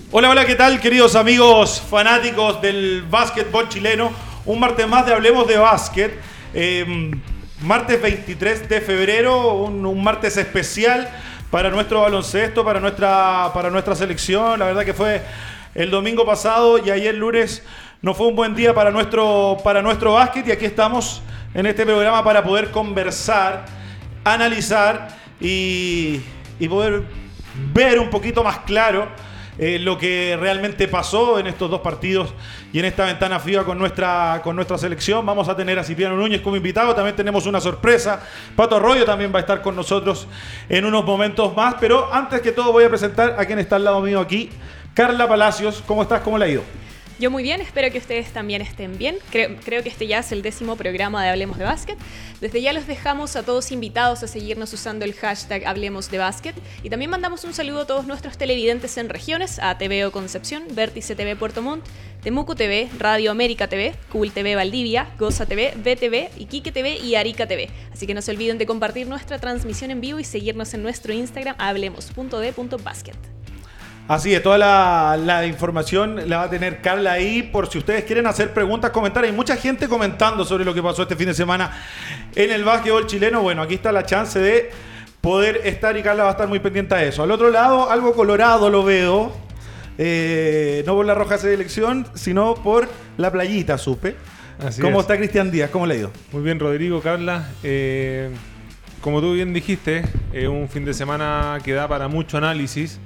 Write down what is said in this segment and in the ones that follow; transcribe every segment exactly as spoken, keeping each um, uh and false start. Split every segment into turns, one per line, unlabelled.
Hola, hola, ¿qué tal, queridos amigos fanáticos del básquetbol chileno? Un martes más de Hablemos de Básquet. Eh, martes veintitrés de febrero, un, un martes especial para nuestro baloncesto, para nuestra, para nuestra selección. La verdad que fue el domingo pasado y ayer lunes no fue un buen día para nuestro, para nuestro básquet, y aquí estamos en este programa para poder conversar, analizar y, y poder ver un poquito más claro Eh, lo que realmente pasó en estos dos partidos y en esta ventana FIBA con nuestra, con nuestra selección. Vamos a tener a Cipriano Núñez como invitado. También tenemos una sorpresa. Pato Arroyo también va a estar con nosotros en unos momentos más. Pero antes que todo voy a presentar a quien está al lado mío aquí. Carla Palacios, ¿cómo estás? ¿Cómo le ha ido?
Yo muy bien, espero que ustedes también estén bien. Creo, creo que este ya es el décimo programa de Hablemos de Básquet. Desde ya los dejamos a todos invitados a seguirnos usando el hashtag Hablemos de Básquet. Y también mandamos un saludo a todos nuestros televidentes en regiones, a T V O Concepción, Vértice T V Puerto Montt, Temuco T V, Radio América T V, Cool T V Valdivia, Goza T V, B T V, Iquique T V y Arica T V. Así que no se olviden de compartir nuestra transmisión en vivo y seguirnos en nuestro Instagram hablemos punto de punto basket.
Así es, toda la, la información la va a tener Carla ahí por si ustedes quieren hacer preguntas, comentarios. Hay mucha gente comentando sobre lo que pasó este fin de semana en el básquetbol chileno. Bueno, aquí está la chance de poder estar y Carla va a estar muy pendiente a eso. Al otro lado, algo colorado lo veo. Eh, no por la roja selección, sino por la playita, supe.
Así
¿Cómo
es.
está Cristian Díaz? ¿Cómo le ha ido?
Muy bien, Rodrigo, Carla. Eh, como tú bien dijiste, es eh, un fin de semana que da para mucho análisis.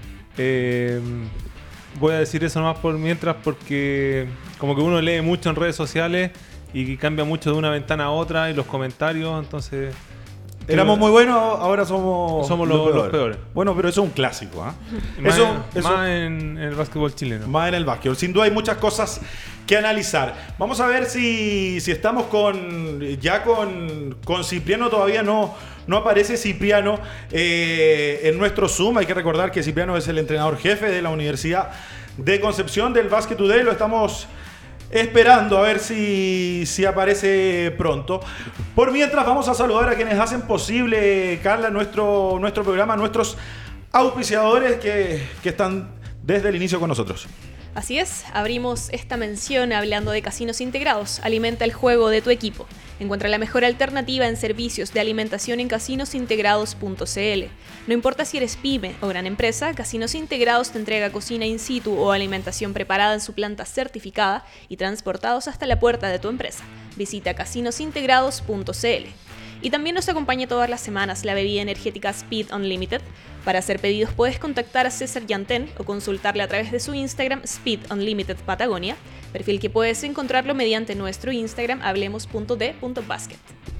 Eh, voy a decir eso nomás por mientras porque como que uno lee mucho en redes sociales y cambia mucho de una ventana a otra y los comentarios, entonces...
Éramos muy buenos, ahora somos,
somos los, los, peores. los peores.
Bueno, pero eso es un clásico, ¿eh?
Más,
eso,
en,
eso,
más en, en el básquetbol chileno.
Más en el básquetbol. Sin duda hay muchas cosas que analizar. Vamos a ver si, si estamos con ya con, con Cipriano. Todavía no, no aparece Cipriano eh, en nuestro Zoom. Hay que recordar que Cipriano es el entrenador jefe de la Universidad de Concepción del Basket Today. Lo estamos esperando a ver si, si aparece pronto. Por mientras vamos a saludar a quienes hacen posible, Carla, nuestro, nuestro programa, nuestros auspiciadores que, que están desde el inicio con nosotros.
Así es, abrimos esta mención hablando de Casinos Integrados. Alimenta el juego de tu equipo. Encuentra la mejor alternativa en servicios de alimentación en casinos integrados punto c l. No importa si eres pyme o gran empresa, Casinos Integrados te entrega cocina in situ o alimentación preparada en su planta certificada y transportados hasta la puerta de tu empresa. Visita casinos integrados punto c l. Y también nos acompaña todas las semanas la bebida energética Speed Unlimited. Para hacer pedidos puedes contactar a César Yantén o consultarle a través de su Instagram Speed Unlimited Patagonia, perfil que puedes encontrarlo mediante nuestro Instagram hablemos punto de punto basket.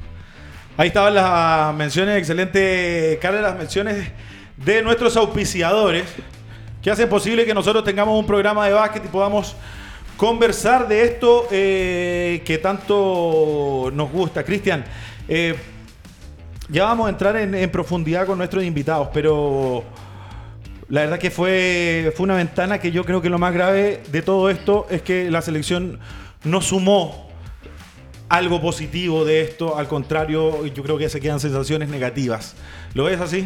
Ahí estaban las menciones, excelente, Carla, las menciones de nuestros auspiciadores que hacen posible que nosotros tengamos un programa de básquet y podamos conversar de esto eh, que tanto nos gusta. Cristian, eh, ya vamos a entrar en, en profundidad con nuestros invitados, pero la verdad que fue, fue una ventana que yo creo que lo más grave de todo esto es que la selección no sumó algo positivo de esto. Al contrario, yo creo que se quedan sensaciones negativas. ¿Lo ves así?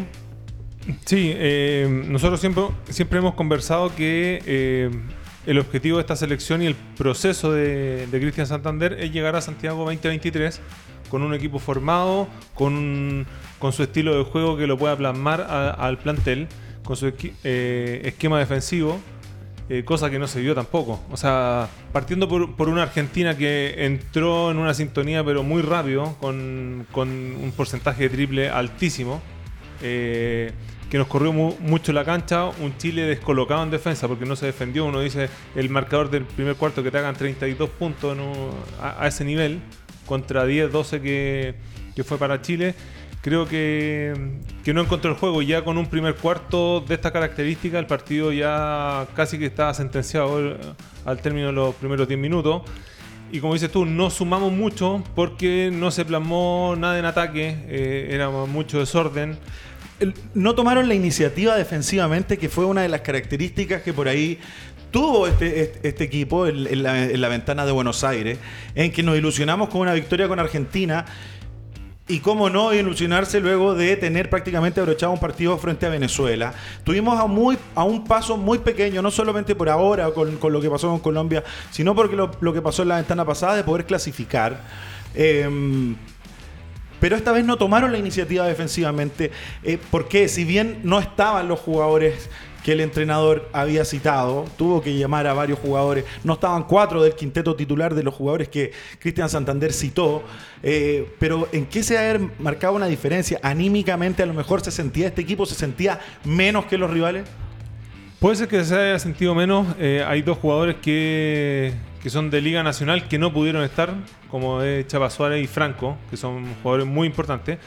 Sí, eh, nosotros siempre, siempre hemos conversado que eh, el objetivo de esta selección y el proceso de, de Cristian Santander es llegar a Santiago veinte veintitrés con un equipo formado, con, un, con su estilo de juego que lo pueda plasmar a, al plantel, con su esqui, eh, esquema defensivo, eh, cosa que no se vio tampoco. O sea, partiendo por, por una Argentina que entró en una sintonía pero muy rápido, con, con un porcentaje de triple altísimo, eh, que nos corrió mu mucho la cancha, un Chile descolocado en defensa porque no se defendió. Uno dice el marcador del primer cuarto que te hagan treinta y dos puntos en un, a, a ese nivel, contra diez doce que, que fue para Chile. Creo que, que no encontró el juego. Ya con un primer cuarto de esta característica, el partido ya casi que estaba sentenciado el, al término de los primeros diez minutos. Y como dices tú, no sumamos mucho porque no se plasmó nada en ataque, eh, era mucho desorden.
No tomaron la iniciativa defensivamente, que fue una de las características que por ahí tuvo este, este, este equipo en, en, la, en la ventana de Buenos Aires, en que nos ilusionamos con una victoria con Argentina Y cómo no ilusionarse luego de tener prácticamente abrochado un partido frente a Venezuela. Tuvimos a, muy, a un paso muy pequeño, no solamente por ahora con, con lo que pasó con Colombia, sino porque lo, lo que pasó en la ventana pasada de poder clasificar. Eh, pero esta vez no tomaron la iniciativa defensivamente. Eh, porque si bien no estaban los jugadores que el entrenador había citado, tuvo que llamar a varios jugadores, no estaban cuatro del quinteto titular de los jugadores que Cristian Santander citó, eh, pero ¿en qué se ha marcado una diferencia? Anímicamente a lo mejor se sentía, este equipo se sentía menos que los rivales.
Puede ser que se haya sentido menos. Eh, hay dos jugadores que, que son de Liga Nacional que no pudieron estar, como es Chapa Suárez y Franco, que son jugadores muy importantes.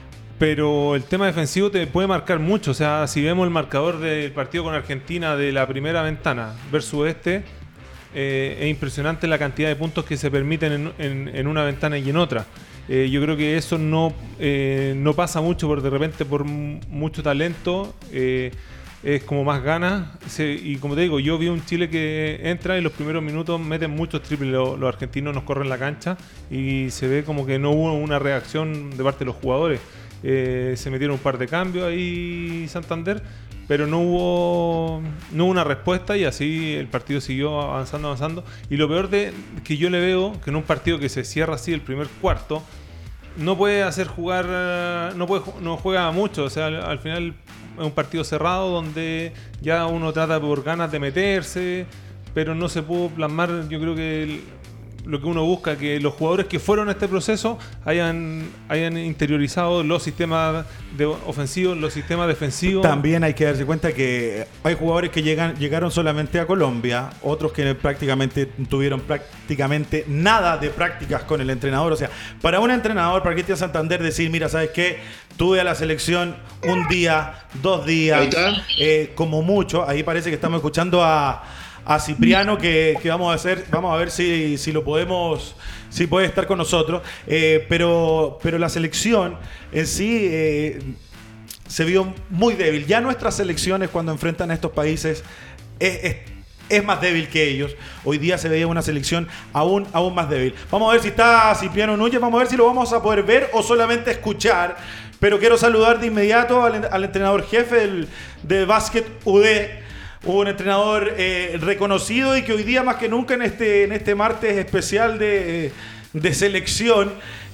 Pero el tema defensivo te puede marcar mucho. O sea, si vemos el marcador del partido con Argentina de la primera ventana versus este, eh, es impresionante la cantidad de puntos que se permiten en, en, en una ventana y en otra. Eh, yo creo que eso no, eh, no pasa mucho por de repente por m- mucho talento. Eh, es como más ganas. Se, y como te digo, yo vi un Chile que entra y los primeros minutos meten muchos triples. Los, los argentinos nos corren la cancha y se ve como que no hubo una reacción de parte de los jugadores. Eh, se metieron un par de cambios ahí Santander, pero no hubo no hubo una respuesta y así el partido siguió avanzando, avanzando. Y lo peor de que yo le veo, que en un partido que se cierra así el primer cuarto, no puede hacer jugar, no puede no juega mucho. O sea, al, al final es un partido cerrado donde ya uno trata por ganas de meterse, pero no se pudo plasmar. Yo creo que el, lo que uno busca, que los jugadores que fueron a este proceso hayan, hayan interiorizado los sistemas de ofensivos, los sistemas defensivos.
También hay que darse cuenta que hay jugadores que llegan, llegaron solamente a Colombia, otros que prácticamente tuvieron prácticamente nada de prácticas con el entrenador. O sea, para un entrenador, para Cristian Santander decir, mira, ¿sabes qué? Tuve a la selección un día, dos días, eh, como mucho. Ahí parece que estamos escuchando a a Cipriano, que, que vamos a hacer, vamos a ver si, si lo podemos, si puede estar con nosotros, eh, pero, pero la selección en sí eh, se vio muy débil. Ya nuestras selecciones cuando enfrentan a estos países es, es, es más débil que ellos. Hoy día se veía una selección aún, aún más débil. Vamos a ver si está Cipriano Núñez, vamos a ver si lo vamos a poder ver o solamente escuchar, pero quiero saludar de inmediato al, al entrenador jefe del, de Básquet U D, un entrenador eh, reconocido y que hoy día más que nunca en este, en este martes especial de, de selección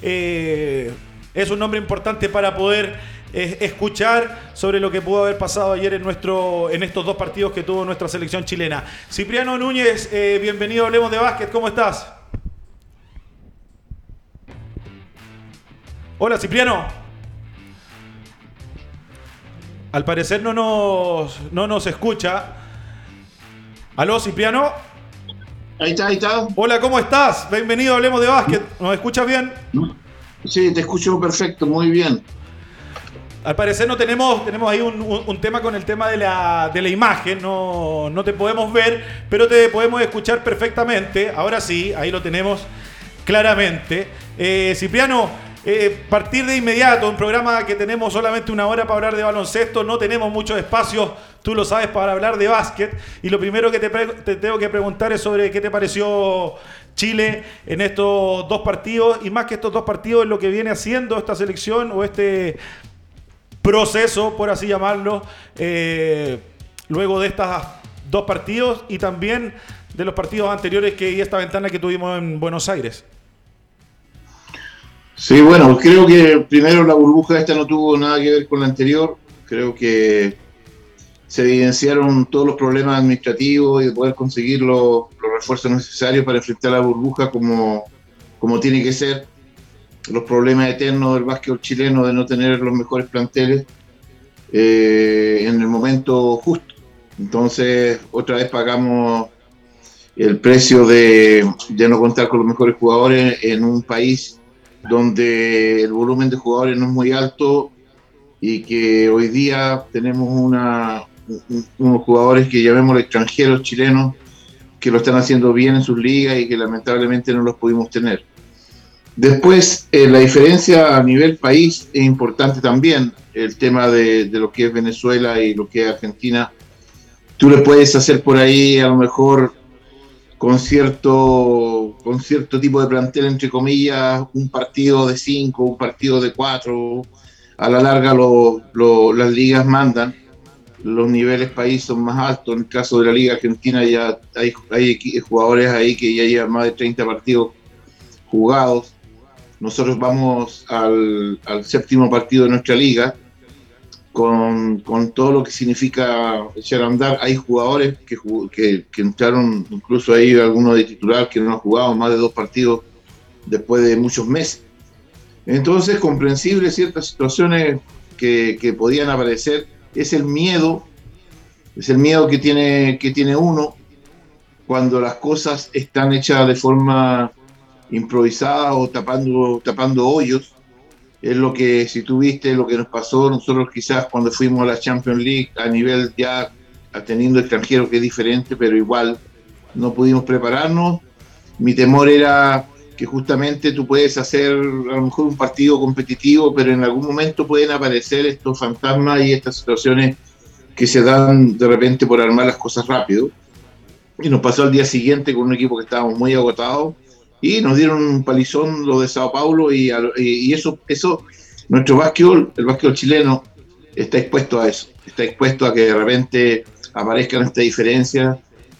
eh, es un nombre importante para poder eh, escuchar sobre lo que pudo haber pasado ayer en, nuestro, en estos dos partidos que tuvo nuestra selección chilena. Cipriano Núñez, eh, bienvenido a Hablemos de Básquet, ¿cómo estás? Hola Cipriano. Al parecer no nos, no nos escucha. ¿Aló, Cipriano?
Ahí está, ahí está.
Hola, ¿cómo estás? Bienvenido a Hablemos de Básquet. ¿Nos escuchas bien?
Sí, te escucho perfecto, muy bien.
Al parecer no tenemos, tenemos ahí un, un, un tema con el tema de la, de la imagen. No, no te podemos ver, pero te podemos escuchar perfectamente. Ahora sí, ahí lo tenemos claramente. Eh, Cipriano, Eh, partir de inmediato, un programa que tenemos solamente una hora para hablar de baloncesto, no tenemos mucho espacio, tú lo sabes, para hablar de básquet, y lo primero que te, pre- te tengo que preguntar es sobre qué te pareció Chile en estos dos partidos, y más que estos dos partidos, en lo que viene haciendo esta selección o este proceso, por así llamarlo, eh, luego de estos dos partidos y también de los partidos anteriores que y esta ventana que tuvimos en Buenos Aires.
Sí, bueno, creo que primero la burbuja esta no tuvo nada que ver con la anterior. Creo que se evidenciaron todos los problemas administrativos y de poder conseguir los, los refuerzos necesarios para enfrentar la burbuja como, como tiene que ser. Los problemas eternos del básquetbol chileno de no tener los mejores planteles eh, en el momento justo. Entonces, otra vez pagamos el precio de, de no contar con los mejores jugadores en un país donde el volumen de jugadores no es muy alto y que hoy día tenemos una, unos jugadores que llamémoslos extranjeros chilenos que lo están haciendo bien en sus ligas y que lamentablemente no los pudimos tener. Después, eh, la diferencia a nivel país es importante también, el tema de, de lo que es Venezuela y lo que es Argentina. Tú le puedes hacer por ahí a lo mejor con cierto, con cierto tipo de plantel, entre comillas, un partido de cinco, un partido de cuatro. A la larga lo, lo, las ligas mandan, los niveles país son más altos. En el caso de la Liga Argentina ya hay, hay jugadores ahí que ya llevan más de treinta partidos jugados. Nosotros vamos al, al séptimo partido de nuestra liga, con, con todo lo que significa echar a andar. Hay jugadores que, que, que entraron, incluso ahí algunos de titular que no han jugado más de dos partidos después de muchos meses. Entonces, comprensible ciertas situaciones que, que podían aparecer. Es el miedo, es el miedo que tiene, que tiene uno cuando las cosas están hechas de forma improvisada o tapando, tapando hoyos. Es lo que, si tú viste lo que nos pasó nosotros quizás cuando fuimos a la Champions League, a nivel ya teniendo extranjeros, que es diferente, pero igual no pudimos prepararnos. Mi temor era que justamente tú puedes hacer a lo mejor un partido competitivo, pero en algún momento pueden aparecer estos fantasmas y estas situaciones que se dan de repente por armar las cosas rápido. Y nos pasó al día siguiente con un equipo que estábamos muy agotados, y nos dieron un palizón los de Sao Paulo, y, y eso, eso, nuestro básquetbol, el básquetbol chileno, está expuesto a eso, está expuesto a que de repente aparezcan estas diferencias,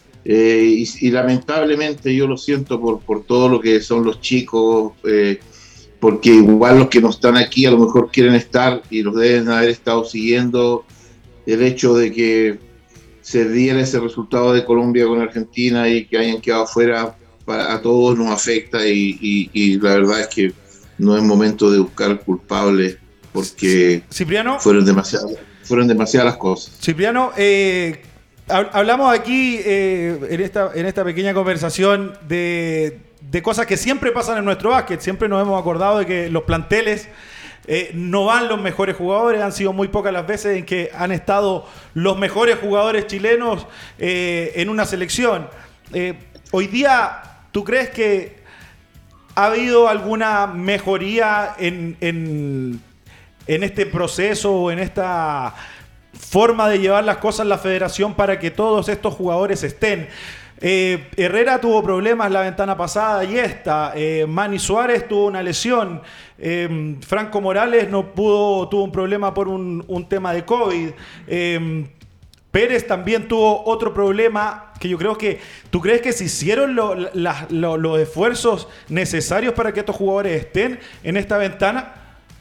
eh, y, y lamentablemente yo lo siento por, por todo lo que son los chicos, eh, porque igual los que no están aquí a lo mejor quieren estar y los deben haber estado siguiendo. El hecho de que se diera ese resultado de Colombia con Argentina y que hayan quedado fuera, para, a todos nos afecta, y, y, y la verdad es que no es momento de buscar culpables, porque
Cipriano,
fueron demasiadas, fueron demasiadas cosas.
Cipriano, eh, hablamos aquí eh, en, esta, en esta pequeña conversación de, de cosas que siempre pasan en nuestro básquet. Siempre nos hemos acordado de que los planteles Eh, no van los mejores jugadores. Han sido muy pocas las veces en que han estado los mejores jugadores chilenos eh, en una selección. Eh, hoy día, ¿tú crees que ha habido alguna mejoría en, en, en este proceso o en esta forma de llevar las cosas en la federación para que todos estos jugadores estén? Eh, Herrera tuvo problemas la ventana pasada y esta. Eh, Manny Suárez tuvo una lesión. Eh, Franco Morales no pudo, tuvo un problema por un, un tema de COVID. Eh, Pérez también tuvo otro problema que yo creo que... ¿Tú crees que se hicieron lo, la, lo, los esfuerzos necesarios para que estos jugadores estén en esta ventana?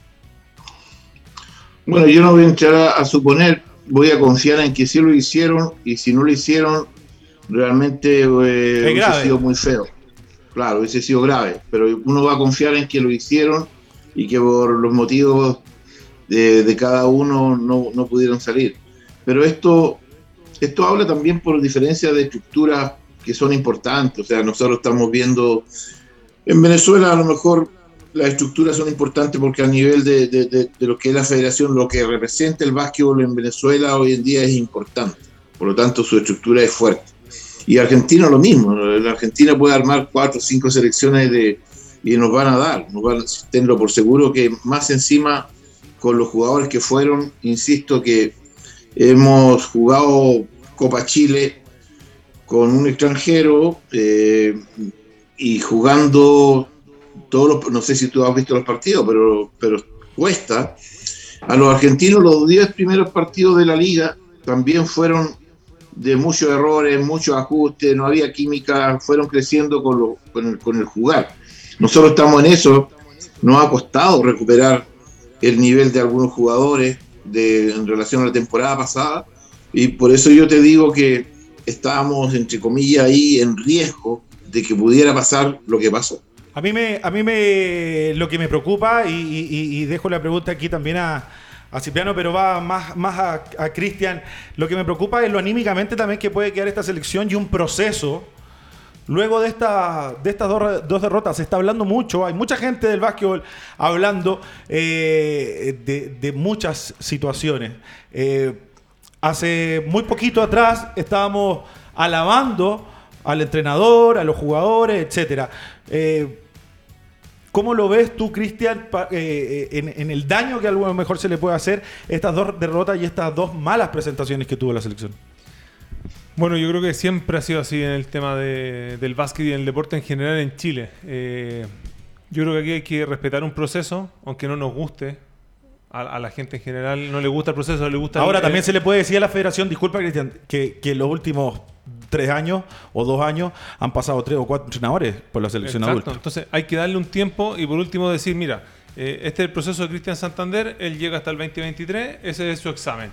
Bueno, yo no voy a entrar a, a suponer. Voy a confiar en que sí lo hicieron, y si no lo hicieron, realmente eh, hubiese sido muy feo. Claro, hubiese sido grave, pero uno va a confiar en que lo hicieron y que por los motivos de, de cada uno no, no pudieron salir. Pero esto, esto habla también por diferencias de estructuras que son importantes. O sea, nosotros estamos viendo en Venezuela, a lo mejor las estructuras son importantes porque a nivel de, de, de, de lo que es la federación, lo que representa el básquetbol en Venezuela hoy en día es importante. Por lo tanto, su estructura es fuerte. Y Argentina lo mismo. La Argentina puede armar cuatro o cinco selecciones de, y nos van a dar. Nos van, tenlo por seguro, que más encima con los jugadores que fueron, insisto que hemos jugado Copa Chile con un extranjero eh, y jugando todos los, no sé si tú has visto los partidos, pero, pero cuesta. A los argentinos los diez primeros partidos de la liga también fueron de muchos errores, muchos ajustes, no había química, fueron creciendo con, lo, con, el, con el jugar. Nosotros estamos en eso, nos ha costado recuperar el nivel de algunos jugadores de, en relación a la temporada pasada, y por eso yo te digo que estábamos, entre comillas, ahí en riesgo de que pudiera pasar lo que pasó.
A mí me, a mí me lo que me preocupa, y, y, y dejo la pregunta aquí también a a Cipriano, pero va más, más a, a Cristian. Lo que me preocupa es lo anímicamente también que puede quedar esta selección y un proceso. Luego de, esta, de estas dos, dos derrotas se está hablando mucho, hay mucha gente del básquetbol hablando eh, de, de muchas situaciones. Eh, hace muy poquito atrás estábamos alabando al entrenador, a los jugadores, etcétera. Eh, ¿Cómo lo ves tú, Cristian, eh, en, en el daño que a lo mejor se le puede hacer estas dos derrotas y estas dos malas presentaciones que tuvo la selección?
Bueno, yo creo que siempre ha sido así en el tema de, del básquet y en el deporte en general en Chile. Eh, yo creo que aquí hay que respetar un proceso, aunque no nos guste. A, a la gente en general no le gusta el proceso, no le gusta...
Ahora
el,
también
el,
se le puede decir a la federación, disculpa Cristian, que, que los últimos tres años o dos años han pasado tres o cuatro entrenadores por la selección
exacto,
adulta.
Entonces hay que darle un tiempo y por último decir, mira, eh, este es el proceso de Cristian Santander, él llega hasta el veinte veintitrés, ese es su examen.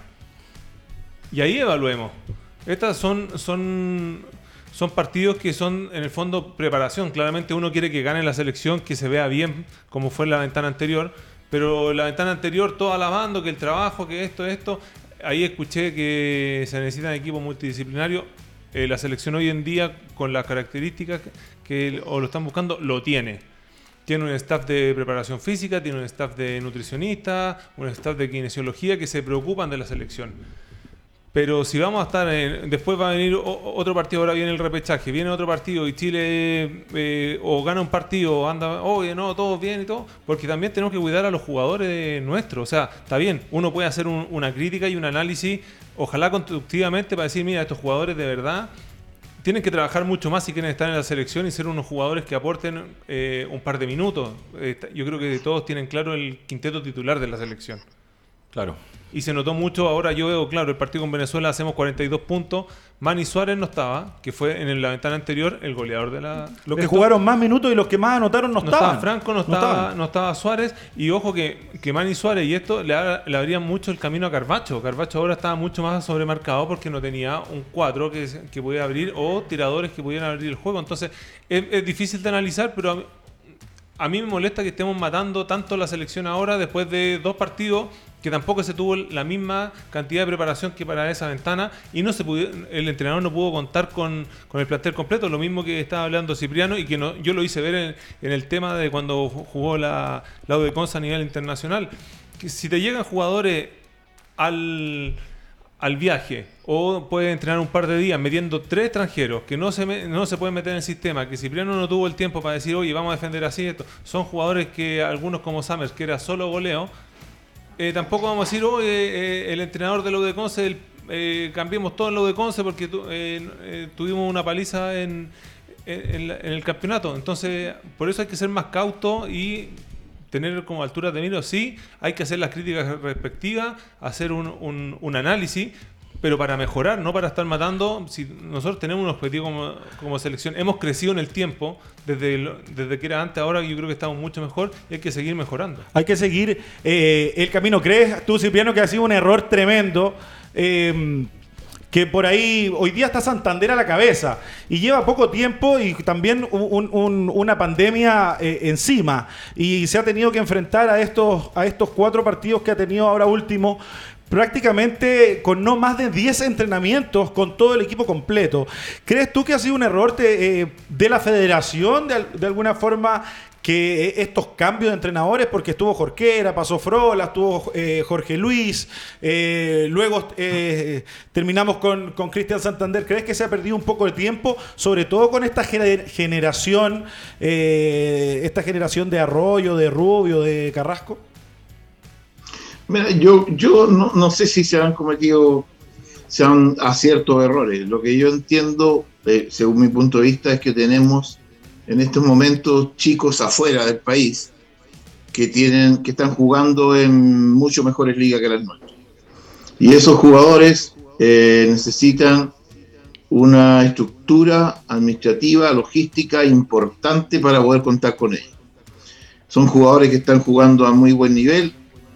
Y ahí evaluemos. Estas son, son, son partidos que son en el fondo preparación. Claramente uno quiere que gane la selección, que se vea bien, como fue en la ventana anterior, pero la ventana anterior todo alabando que el trabajo, que esto, esto. Ahí escuché que se necesitan equipos multidisciplinarios. Eh, la selección hoy en día, con las características que o lo están buscando, lo tiene. Tiene un staff de preparación física, tiene un staff de nutricionistas, un staff de kinesiología que se preocupan de la selección. Pero si vamos a estar en, después va a venir o, otro partido, ahora viene el repechaje, viene otro partido y Chile eh, o gana un partido o anda, oye, no, todo bien y todo, porque también tenemos que cuidar a los jugadores nuestros. O sea, está bien, uno puede hacer un, una crítica y un análisis, ojalá constructivamente, para decir, mira, estos jugadores de verdad tienen que trabajar mucho más si quieren estar en la selección y ser unos jugadores que aporten eh, un par de minutos. Eh, yo creo que todos tienen claro el quinteto titular de la selección.
Claro.
Y se notó mucho, ahora yo veo, claro, el partido con Venezuela hacemos cuarenta y dos puntos, Manny Suárez no estaba, que fue en la ventana anterior el goleador de la...
Los
de
que
esto.
jugaron más minutos y los que más anotaron no,
No
estaban.
estaba Franco, no,
No
estaba,
estaban.
no estaba Suárez, y ojo que, que Manny Suárez y esto le, ha- le abrían mucho el camino a Carvacho. Carvacho ahora estaba mucho más sobremarcado porque no tenía un cuatro que, que pudiera abrir o tiradores que pudieran abrir el juego. Entonces es, es difícil de analizar, pero a mí, a mí me molesta que estemos matando tanto la selección ahora después de dos partidos que tampoco se tuvo la misma cantidad de preparación que para esa ventana y no se pudo, el entrenador no pudo contar con, con el plantel completo, lo mismo que estaba hablando Cipriano y que no, yo lo hice ver en, en el tema de cuando jugó la, la U de Conce a nivel internacional, que si te llegan jugadores al, al viaje o puedes entrenar un par de días metiendo tres extranjeros que no se, me, no se pueden meter en el sistema, que Cipriano no tuvo el tiempo para decir, oye, vamos a defender así esto, son jugadores que algunos como Summers, que era solo goleo, Eh, tampoco vamos a decir, oh, eh, eh, el entrenador de la U de Conce, el, eh, cambiemos todo en la U de Conce porque tu, eh, eh, tuvimos una paliza en, en, en, la, en el campeonato. Entonces, por eso hay que ser más cauto y tener como altura de miro. Sí, hay que hacer las críticas respectivas, hacer un, un, un análisis, pero para mejorar, no para estar matando. Si nosotros tenemos un objetivo como, como selección, hemos crecido en el tiempo, desde, el, desde que era antes, ahora yo creo que estamos mucho mejor y hay que seguir mejorando.
Hay que seguir eh, el camino. ¿Crees tú, Cipriano, que ha sido un error tremendo? Eh, que por ahí, hoy día está Santander a la cabeza y lleva poco tiempo y también un, un, una pandemia eh, encima y se ha tenido que enfrentar a estos, a estos cuatro partidos que ha tenido ahora último, prácticamente con no más de diez entrenamientos con todo el equipo completo. ¿Crees tú que ha sido un error de, eh, de la federación de, de alguna forma que estos cambios de entrenadores, porque estuvo Jorquera, pasó Frola, estuvo eh, Jorge Luis, eh, luego eh, terminamos con, con Cristian Santander? ¿Crees que se ha perdido un poco de tiempo, sobre todo con esta gener- generación, eh, esta generación de Arroyo, de Rubio, de Carrasco?
Mira, yo, yo no, no sé si se han cometido sean aciertos o errores. Lo que yo entiendo, eh, según mi punto de vista, es que tenemos en estos momentos chicos afuera del país que tienen, que están jugando en mucho mejores ligas que las nuestras. Y esos jugadores eh, necesitan una estructura administrativa, logística importante para poder contar con ellos. Son jugadores que están jugando a muy buen nivel.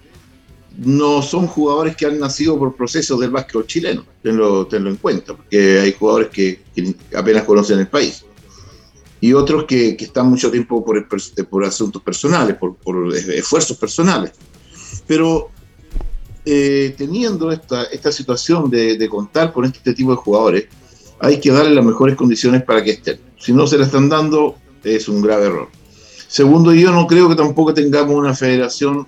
No son jugadores que han nacido por procesos del básquetbol chileno, tenlo, tenlo en cuenta, porque hay jugadores que, que apenas conocen el país. Y otros que, que están mucho tiempo por, por asuntos personales, por, por esfuerzos personales. Pero eh, teniendo esta, esta situación de, de contar con este tipo de jugadores, hay que darle las mejores condiciones para que estén. Si no se la están dando, es un grave error. Segundo, yo no creo que tampoco tengamos una federación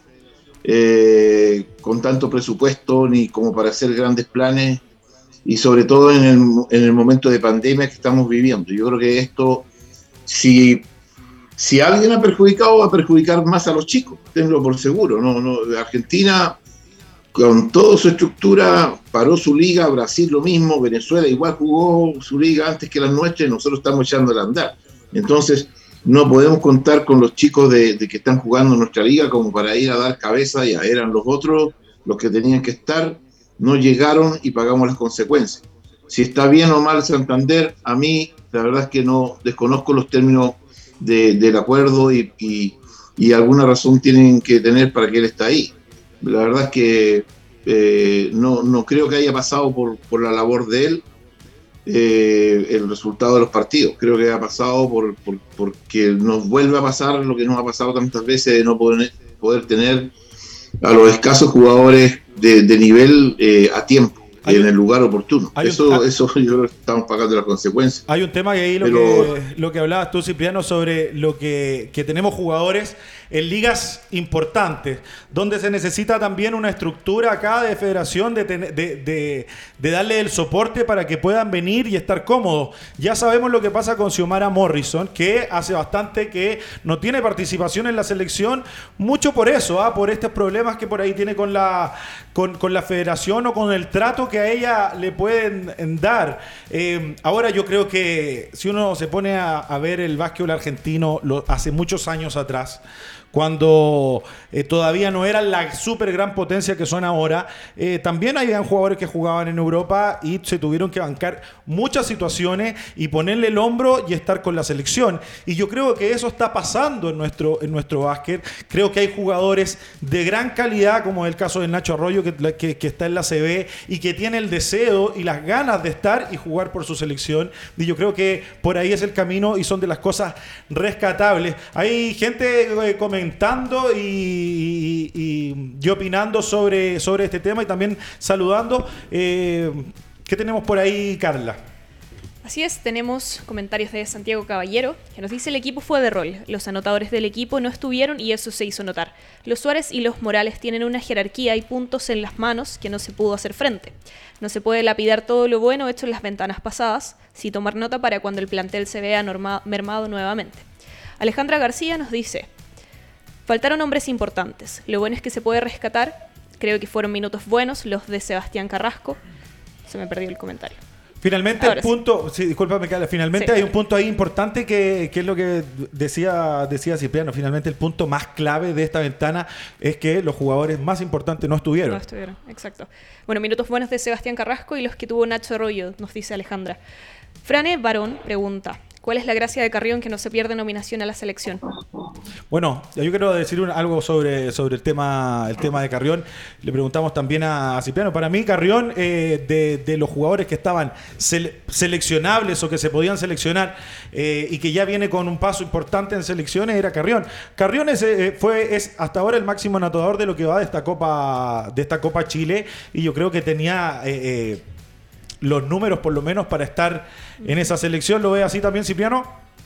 eh, con tanto presupuesto ni como para hacer grandes planes, y sobre todo en el, en el momento de pandemia que estamos viviendo. Yo creo que esto, si, si alguien ha perjudicado, va a perjudicar más a los chicos, tenlo por seguro. No, no, Argentina con toda su estructura paró su liga, Brasil lo mismo, Venezuela igual jugó su liga antes que la nuestra y nosotros estamos echando a andar. Entonces no podemos contar con los chicos de, de que están jugando en nuestra liga como para ir a dar cabeza, ya eran los otros los que tenían que estar, no llegaron y pagamos las consecuencias. Si está bien o mal Santander, a mí la verdad es que no desconozco los términos de, del acuerdo y, y, y alguna razón tienen que tener para que él esté ahí. La verdad es que eh, no, no creo que haya pasado por, por la labor de él eh, el resultado de los partidos. Creo que ha pasado por, por, porque nos vuelve a pasar lo que nos ha pasado tantas veces de no poder, poder tener a los escasos jugadores de, de nivel eh, a tiempo, hay en un, el lugar oportuno. Eso, un, eso yo creo que estamos pagando las consecuencias.
Hay un tema y ahí lo, Pero, que, lo que hablabas tú, Cipriano, sobre lo que, que tenemos jugadores en ligas importantes, donde se necesita también una estructura acá de federación de, ten, de, de, de darle el soporte para que puedan venir y estar cómodos. Ya sabemos lo que pasa con Xiomara Morrison, que hace bastante que no tiene participación en la selección, mucho por eso, ¿ah? por estos problemas que por ahí tiene con la, con, con la federación o con el trato que a ella le pueden dar. Eh, ahora yo creo que si uno se pone a, a ver el básquetbol argentino lo, hace muchos años atrás, cuando eh, todavía no eran la super gran potencia que son ahora, eh, también habían jugadores que jugaban en Europa y se tuvieron que bancar muchas situaciones y ponerle el hombro y estar con la selección. Y yo creo que eso está pasando en nuestro, en nuestro básquet. Creo que hay jugadores de gran calidad, como el caso de Nacho Arroyo, que, que, que está en la C B y que tiene el deseo y las ganas de estar y jugar por su selección. Y yo creo que por ahí es el camino y son de las cosas rescatables. Hay gente eh, comentando y, y, y, y opinando sobre, sobre este tema y también saludando. Eh, ¿Qué tenemos por ahí, Carla?
Así es, tenemos comentarios de Santiago Caballero, que nos dice: el equipo fue de rol, los anotadores del equipo no estuvieron y eso se hizo notar. Los Suárez y los Morales tienen una jerarquía y puntos en las manos que no se pudo hacer frente. No se puede lapidar todo lo bueno hecho en las ventanas pasadas, sin tomar nota para cuando el plantel se vea norma- mermado nuevamente. Alejandra García nos dice: faltaron hombres importantes, lo bueno es que se puede rescatar, creo que fueron minutos buenos los de Sebastián Carrasco. Se me perdió el comentario.
Finalmente Ahora el punto, sí. Sí, discúlpame, Carla, finalmente sí, hay un punto ahí importante que, que es lo que decía, decía Cipriano. Finalmente el punto más clave de esta ventana es que los jugadores más importantes no estuvieron.
No estuvieron, exacto. Bueno, minutos buenos de Sebastián Carrasco y los que tuvo Nacho Arroyo, nos dice Alejandra. Frane Barón pregunta: ¿cuál es la gracia de Carrión que no se pierde nominación a la selección?
Bueno, yo quiero decir un, algo sobre, sobre el tema el tema de Carrión. Le preguntamos también a, a Cipriano. Para mí, Carrión, eh, de, de los jugadores que estaban sele, seleccionables o que se podían seleccionar eh, y que ya viene con un paso importante en selecciones, era Carrión. Carrión es, eh, fue, es hasta ahora el máximo anotador de lo que va de esta Copa, de esta Copa Chile, y yo creo que tenía Eh, eh, los números por lo menos para estar en esa selección. ¿Lo ve así también, Cipriano?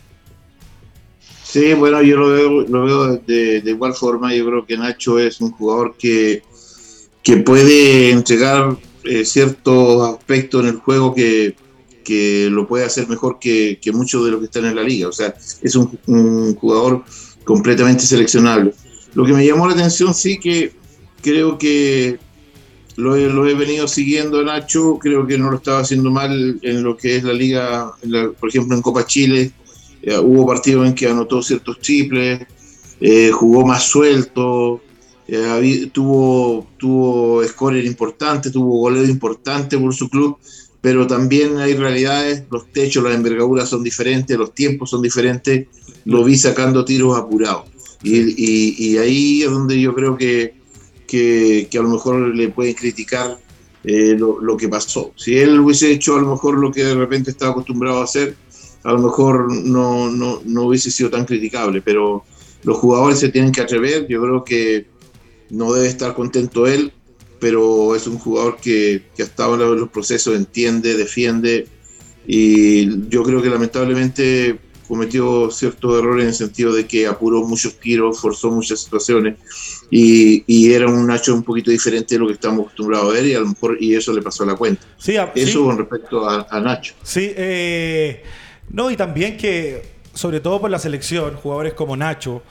Sí, bueno, yo lo veo, lo veo de, de igual forma. Yo creo que Nacho es un jugador que, que puede entregar eh, ciertos aspectos en el juego que, que lo puede hacer mejor que, que muchos de los que están en la liga. O sea, es un, un jugador completamente seleccionable. Lo que me llamó la atención, sí, que creo que Lo he, lo he venido siguiendo, Nacho. Creo que no lo estaba haciendo mal en lo que es la liga, en la, por ejemplo en Copa Chile. Eh, hubo partidos en que anotó ciertos triples, eh, jugó más suelto, eh, había, tuvo, tuvo scorer importante, tuvo goleo importante por su club, pero también hay realidades, los techos, las envergaduras son diferentes, los tiempos son diferentes. Lo vi sacando tiros apurados. Y, y, y ahí es donde yo creo que Que, que a lo mejor le pueden criticar eh, lo, lo que pasó. Si él hubiese hecho a lo mejor lo que de repente estaba acostumbrado a hacer, a lo mejor no, no, no hubiese sido tan criticable, pero los jugadores se tienen que atrever. Yo creo que no debe estar contento él, pero es un jugador que, que ha estado en los procesos, entiende, defiende, y yo creo que lamentablemente cometió ciertos errores en el sentido de que apuró muchos tiros, forzó muchas situaciones, y, y era un Nacho un poquito diferente de lo que estamos acostumbrados a ver, y a lo mejor y eso le pasó a la cuenta.
Sí, a,
eso
sí.
Con respecto a, a Nacho.
Sí, eh, no, y también que, sobre todo por la selección, jugadores como Nacho,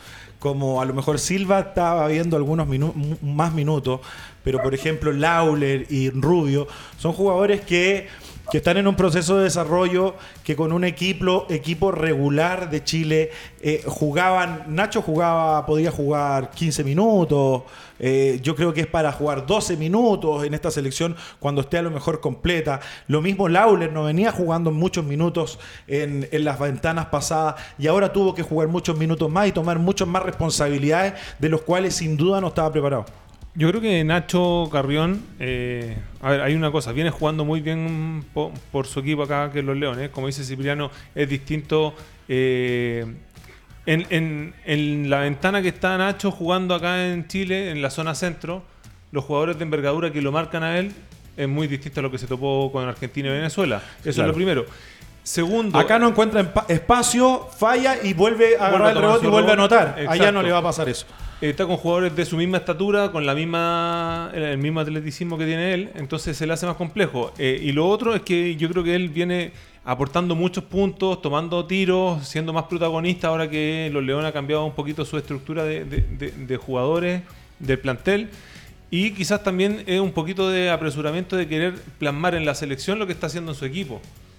como a lo mejor Silva estaba viendo algunos minu más minutos, pero por ejemplo Lawler y Rubio son jugadores que, que están en un proceso de desarrollo, que con un equipo, equipo regular de Chile eh, jugaban, Nacho jugaba, podía jugar quince minutos, eh, yo creo que es para jugar doce minutos en esta selección cuando esté a lo mejor completa. Lo mismo Lawler no venía jugando muchos minutos en, en las ventanas pasadas y ahora tuvo que jugar muchos minutos más y tomar muchas más responsabilidades de los cuales sin duda no estaba preparado.
Yo creo que Nacho Carrión, eh, a ver, hay una cosa, viene jugando muy bien po, por su equipo acá, que es los Leones. Como dice Cipriano, es distinto. Eh, en, en, en la ventana que está Nacho jugando acá en Chile, en la zona centro, los jugadores de envergadura que lo marcan a él es muy distinto a lo que se topó con Argentina y Venezuela. Eso claro. Es lo primero. Segundo,
acá no encuentra espacio, falla y vuelve a agarrar el rebote y vuelve a anotar. Exacto. Allá no le va a pasar eso.
Está con jugadores de su misma estatura, con la misma el mismo atleticismo que tiene él, entonces se le hace más complejo. Eh, y lo otro es que yo creo que él viene aportando muchos puntos, tomando tiros, siendo más protagonista ahora que los Leones ha cambiado un poquito su estructura de, de, de, de jugadores del plantel. Y quizás también es un poquito de apresuramiento de querer plasmar en la selección lo que está haciendo en su equipo.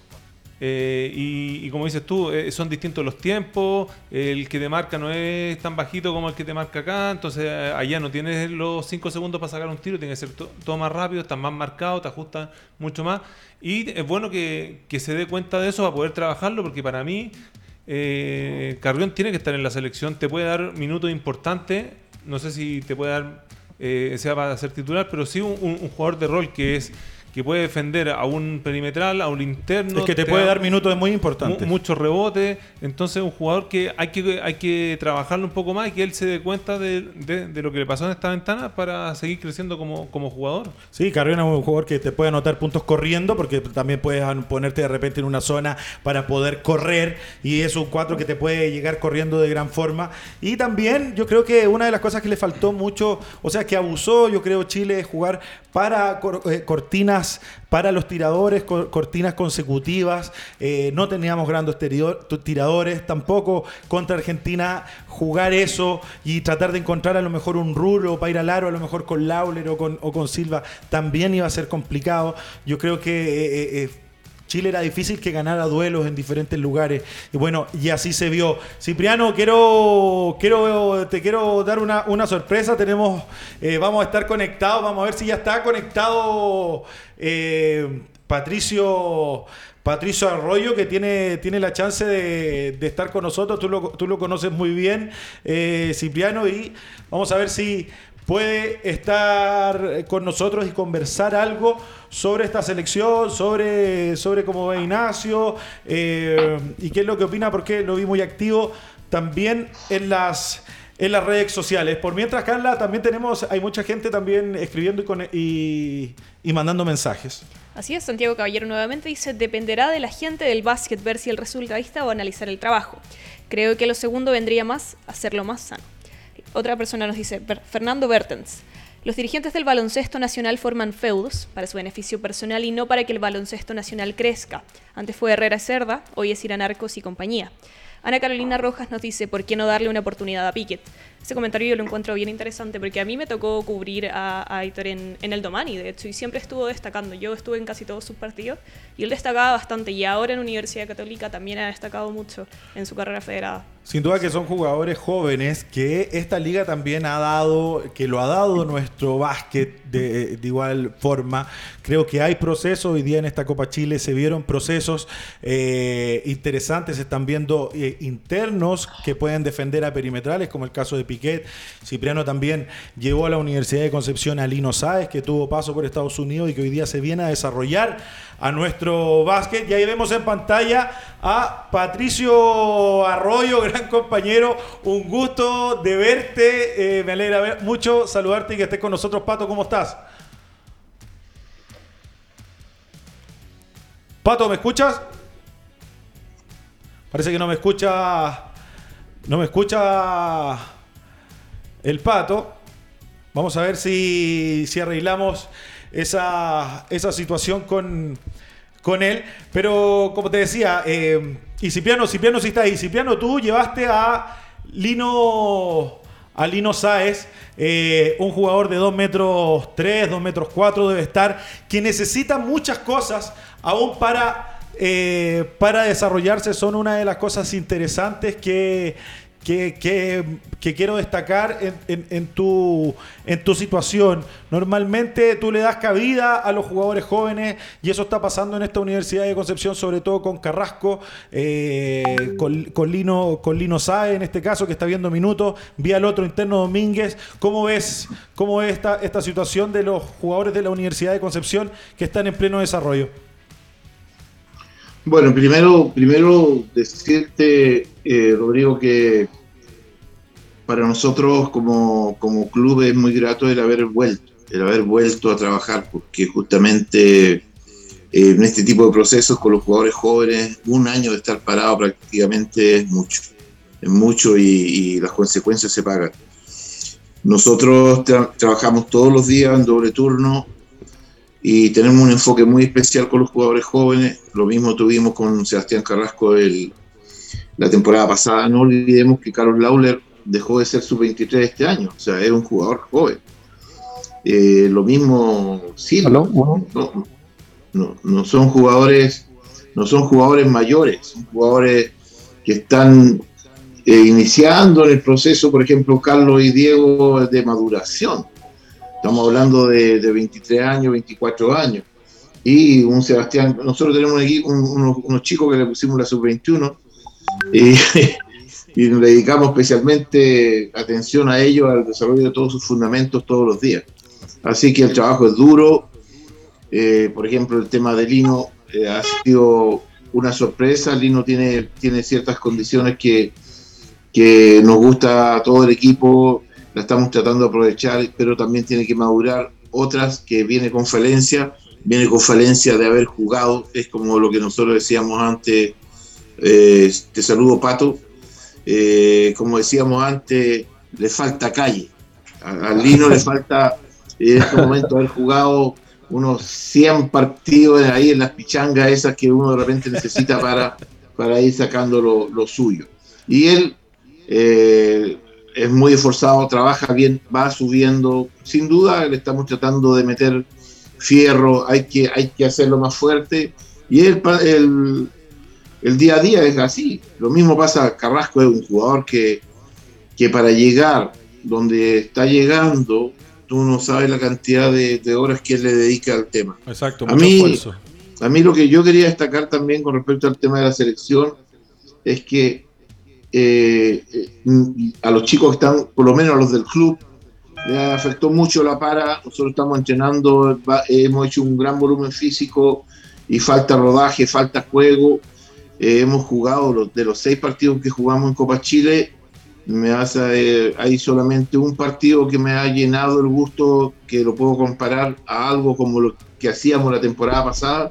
Eh, y, y como dices tú, eh, son distintos los tiempos, el que te marca no es tan bajito como el que te marca acá, entonces eh, allá no tienes los cinco segundos para sacar un tiro, tiene que ser to todo más rápido, estás más marcado, te ajustas mucho más y es bueno que, que se dé cuenta de eso para poder trabajarlo, porque para mí eh, Carrión tiene que estar en la selección, te puede dar minutos importantes, no sé si te puede dar, eh, sea para ser titular, pero sí un, un jugador de rol que es que puede defender a un perimetral, a un interno.
Es que te, te puede dar minutos muy importantes.
Mu muchos rebotes. Entonces, un jugador que hay que hay que trabajarlo un poco más y que él se dé cuenta de, de, de lo que le pasó en esta ventana para seguir creciendo como, como jugador.
Sí, Carrión es un jugador que te puede anotar puntos corriendo, porque también puedes ponerte de repente en una zona para poder correr, y es un cuatro que te puede llegar corriendo de gran forma. Y también yo creo que una de las cosas que le faltó mucho, o sea, que abusó, yo creo, Chile, es jugar para cor eh, cortinas para los tiradores, cor cortinas consecutivas. Eh, no teníamos grandes tiradores, tampoco contra Argentina jugar eso y tratar de encontrar a lo mejor un Rulo para ir al aro, a lo mejor con Lawler o con, o con Silva, también iba a ser complicado. Yo creo que eh, eh, Chile era difícil que ganara duelos en diferentes lugares. Y bueno, y así se vio. Cipriano, quiero, quiero, te quiero dar una, una sorpresa. Tenemos, eh, vamos a estar conectados. Vamos a ver si ya está conectado eh, Patricio. Patricio Arroyo, que tiene, tiene la chance de, de estar con nosotros. Tú lo, tú lo conoces muy bien, eh, Cipriano, y vamos a ver si puede estar con nosotros y conversar algo sobre esta selección, sobre, sobre cómo ve Ignacio, eh, y qué es lo que opina, porque lo vi muy activo también en las, en las redes sociales. Por mientras, Carla, también tenemos, hay mucha gente también escribiendo y, con, y, y mandando mensajes.
Así es, Santiago Caballero nuevamente dice: dependerá de la gente del básquet ver si el resultadista o analizar el trabajo. Creo que lo segundo vendría más a hacerlo más sano. Otra persona nos dice, Fernando Bertens: los dirigentes del baloncesto nacional forman feudos para su beneficio personal y no para que el baloncesto nacional crezca. Antes fue Herrera Cerda, hoy es Irán Arcos y compañía. Ana Carolina Rojas nos dice, ¿por qué no darle una oportunidad a Piquet? Ese comentario yo lo encuentro bien interesante, porque a mí me tocó cubrir a, a Aitor en, en el Domani, de hecho, y siempre estuvo destacando. Yo estuve en casi todos sus partidos y él destacaba bastante, y ahora en Universidad Católica también ha destacado mucho en su carrera federada.
Sin duda que son jugadores jóvenes que esta liga también ha dado, que lo ha dado nuestro básquet de, de igual forma. Creo que hay procesos, hoy día en esta Copa Chile se vieron procesos eh, interesantes, se están viendo eh, internos que pueden defender a perimetrales, como el caso de Piquet. Cipriano también llevó a la Universidad de Concepción a Lino Sáez, que tuvo paso por Estados Unidos y que hoy día se viene a desarrollar a nuestro básquet. Y ahí vemos en pantalla a Patricio Arroyo, gran compañero. Un gusto de verte. Eh, me alegra ver, mucho saludarte y que estés con nosotros. Pato, ¿cómo estás? Pato, ¿me escuchas? Parece que no me escucha. No me escucha el Pato. Vamos a ver si, si arreglamos esa, esa situación con, con él. Pero como te decía, eh, y Cipriano, Cipriano sí está ahí. Cipriano, tú llevaste a Lino, a Lino Sáez, eh, un jugador de dos metros tres, dos metros cuatro debe estar, que necesita muchas cosas aún para, eh, para desarrollarse. Son una de las cosas interesantes que, que, que, que quiero destacar en, en, en, tu, en tu situación. Normalmente tú le das cabida a los jugadores jóvenes y eso está pasando en esta Universidad de Concepción, sobre todo con Carrasco, eh, con, con, Lino, con Lino Sáez en este caso, que está viendo minutos, vía el otro interno Domínguez. ¿Cómo ves, cómo ves esta, esta situación de los jugadores de la Universidad de Concepción que están en pleno desarrollo?
Bueno, primero, primero decirte, eh, Rodrigo, que para nosotros como, como club es muy grato el haber vuelto, el haber vuelto a trabajar, porque justamente eh, en este tipo de procesos con los jugadores jóvenes, un año de estar parado prácticamente es mucho, es mucho y, y las consecuencias se pagan. Nosotros tra- trabajamos todos los días en doble turno y tenemos un enfoque muy especial con los jugadores jóvenes. Lo mismo tuvimos con Sebastián Carrasco el, la temporada pasada. No olvidemos que Carlos Lauler dejó de ser sub veintitrés este año, o sea, es un jugador joven. Eh, lo mismo Silva, no, no, no, no son jugadores, no son jugadores mayores, son jugadores que están eh, iniciando en el proceso. Por ejemplo, Carlos y Diego, de maduración. Estamos hablando de, de veintitrés años, veinticuatro años. Y un Sebastián, nosotros tenemos un equipo, un, unos, unos chicos que le pusimos la sub veintiuno y, y nos dedicamos especialmente atención a ellos, al desarrollo de todos sus fundamentos todos los días. Así que el trabajo es duro. Eh, por ejemplo, el tema de Lino eh, ha sido una sorpresa. Lino tiene, tiene ciertas condiciones que, que nos gusta a todo el equipo. La estamos tratando de aprovechar, pero también tiene que madurar. Otras que viene con falencia, viene con falencia de haber jugado, es como lo que nosotros decíamos antes. Eh, te saludo, Pato. Eh, como decíamos antes, le falta calle. A, a Lino le falta en este momento haber jugado unos cien partidos ahí en las pichangas esas que uno de repente necesita para, para ir sacando lo, lo suyo. Y él eh, es muy esforzado, trabaja bien, va subiendo. Sin duda le estamos tratando de meter fierro, hay que, hay que hacerlo más fuerte. Y el, el, el día a día es así. Lo mismo pasa, Carrasco es un jugador que, que para llegar donde está llegando, tú no sabes la cantidad de, de horas que él le dedica al tema.
Exacto,
a
mucho
mí,
esfuerzo.
A mí lo que yo quería destacar también con respecto al tema de la selección es que eh, a los chicos que están, por lo menos a los del club, le afectó mucho la para. Nosotros estamos entrenando, hemos hecho un gran volumen físico y falta rodaje, falta juego. Eh, hemos jugado los, de los seis partidos que jugamos en Copa Chile, me hace, eh, hay solamente un partido que me ha llenado el gusto, que lo puedo comparar a algo como lo que hacíamos la temporada pasada,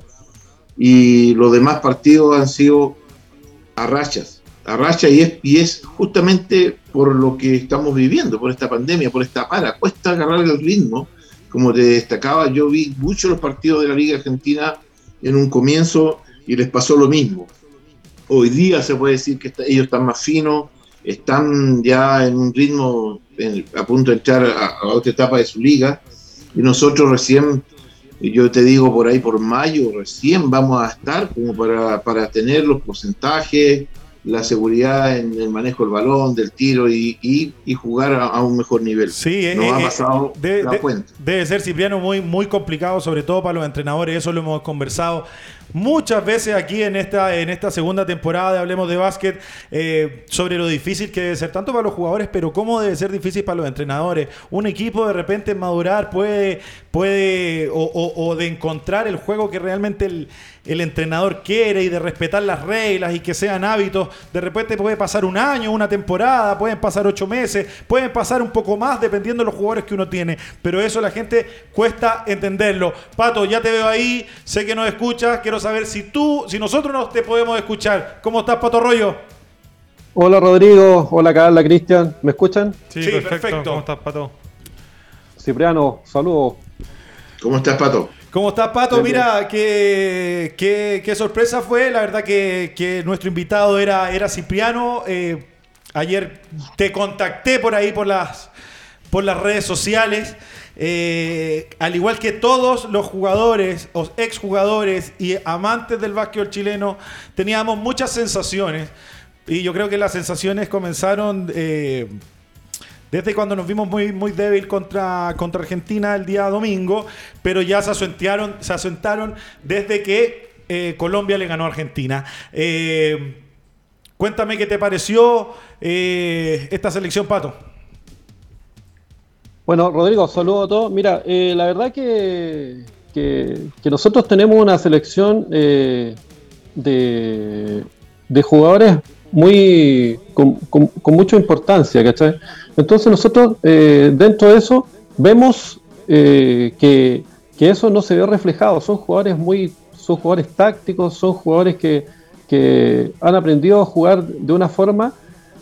y los demás partidos han sido a rachas, a rachas, y es, y es justamente por lo que estamos viviendo, por esta pandemia, por esta para, cuesta agarrar el ritmo. Como te destacaba, yo vi muchos los partidos de la Liga Argentina en un comienzo y les pasó lo mismo. Hoy día se puede decir que está, ellos están más finos, están ya en un ritmo en, a punto de entrar a, a otra etapa de su liga, y nosotros recién, yo te digo por ahí por mayo, recién vamos a estar como para, para tener los porcentajes, la seguridad en el manejo del balón, del tiro y, y, y jugar a, a un mejor nivel.
Sí,
nos
eh,
ha
eh,
pasado
debe,
la
de,
cuenta.
Debe ser, Cipriano, muy, muy complicado, sobre todo para los entrenadores. Eso lo hemos conversado muchas veces aquí en esta, en esta segunda temporada de Hablemos de Básquet, eh, sobre lo difícil que debe ser tanto para los jugadores, pero cómo debe ser difícil para los entrenadores. Un equipo de repente madurar puede, puede o, o, o de encontrar el juego que realmente el, el entrenador quiere, y de respetar las reglas y que sean hábitos. De repente puede pasar un año, una temporada, pueden pasar ocho meses, pueden pasar un poco más dependiendo de los jugadores que uno tiene, pero eso la gente cuesta entenderlo. Pato, ya te veo ahí, sé que nos escuchas, quiero saber si tú, si nosotros no te podemos escuchar. ¿Cómo estás, Pato Arroyo?
Hola, Rodrigo. Hola, Carla, Cristian. ¿Me escuchan?
Sí,
Sí,
perfecto.
perfecto.
¿Cómo estás, Pato?
Cipriano, saludos.
¿Cómo estás, Pato?
¿Cómo estás, Pato? Mira, qué, qué, qué sorpresa fue. La verdad que, que nuestro invitado era, era Cipriano. Eh, ayer te contacté por ahí por las, por las redes sociales. Eh, al igual que todos los jugadores, o exjugadores y amantes del básquetbol chileno, teníamos muchas sensaciones. Y yo creo que las sensaciones comenzaron eh, desde cuando nos vimos muy, muy débil contra, contra Argentina el día domingo, pero ya se asentaron, se asentaron desde que eh, Colombia le ganó a Argentina. Eh, cuéntame qué te pareció eh, esta selección, Pato.
Bueno, Rodrigo, saludos a todos. Mira, eh, la verdad que, que, que nosotros tenemos una selección eh, de, de jugadores muy con, con, con mucha importancia, ¿cachai? Entonces nosotros eh, dentro de eso vemos eh, que, que eso no se ve reflejado. Son jugadores muy, son jugadores tácticos, son jugadores que, que han aprendido a jugar de una forma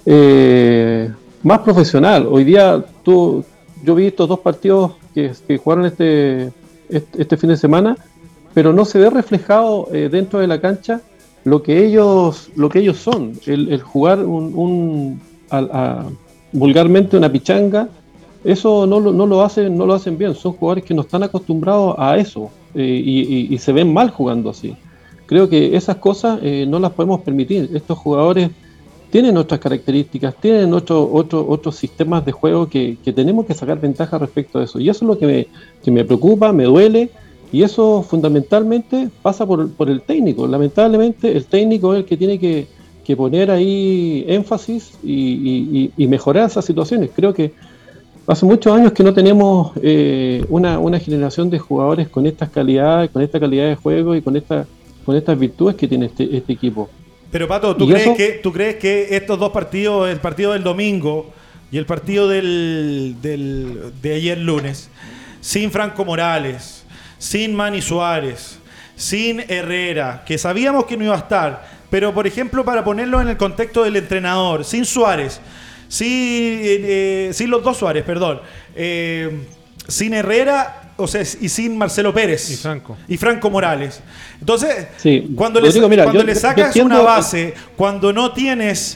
eh, más profesional. Hoy día tú Yo vi estos dos partidos que, que jugaron este, este, este fin de semana, pero no se ve reflejado eh, dentro de la cancha lo que ellos, lo que ellos son. El, el jugar un, un a, a, vulgarmente una pichanga, eso no, no, lo hacen, no lo hacen bien. Son jugadores que no están acostumbrados a eso eh, y, y, y se ven mal jugando así. Creo que esas cosas eh, no las podemos permitir. Estos jugadores tienen otras características, tienen otro, otro, otros sistemas de juego que, que tenemos que sacar ventaja respecto a eso. Y eso es lo que me, que me preocupa, me duele, y eso fundamentalmente pasa por, por el técnico. Lamentablemente el técnico es el que tiene que, que poner ahí énfasis y, y, y mejorar esas situaciones. Creo que hace muchos años que no tenemos eh, una, una generación de jugadores con estas calidades, con esta calidad de juego y con, esta, con estas virtudes que tiene este, este equipo.
Pero Pato, ¿tú crees, que, ¿tú crees que estos dos partidos, el partido del domingo y el partido del, del, de ayer lunes, sin Franco Morales, sin Manny Suárez, sin Herrera, que sabíamos que no iba a estar, pero por ejemplo para ponerlo en el contexto del entrenador, sin Suárez, sin, eh, sin los dos Suárez, perdón, eh, sin Herrera... O sea, y sin Marcelo Pérez
y Franco,
y Franco Morales. Entonces,
sí,
cuando, le,
digo, mira,
cuando
yo,
le sacas
yo
una base, cuando no tienes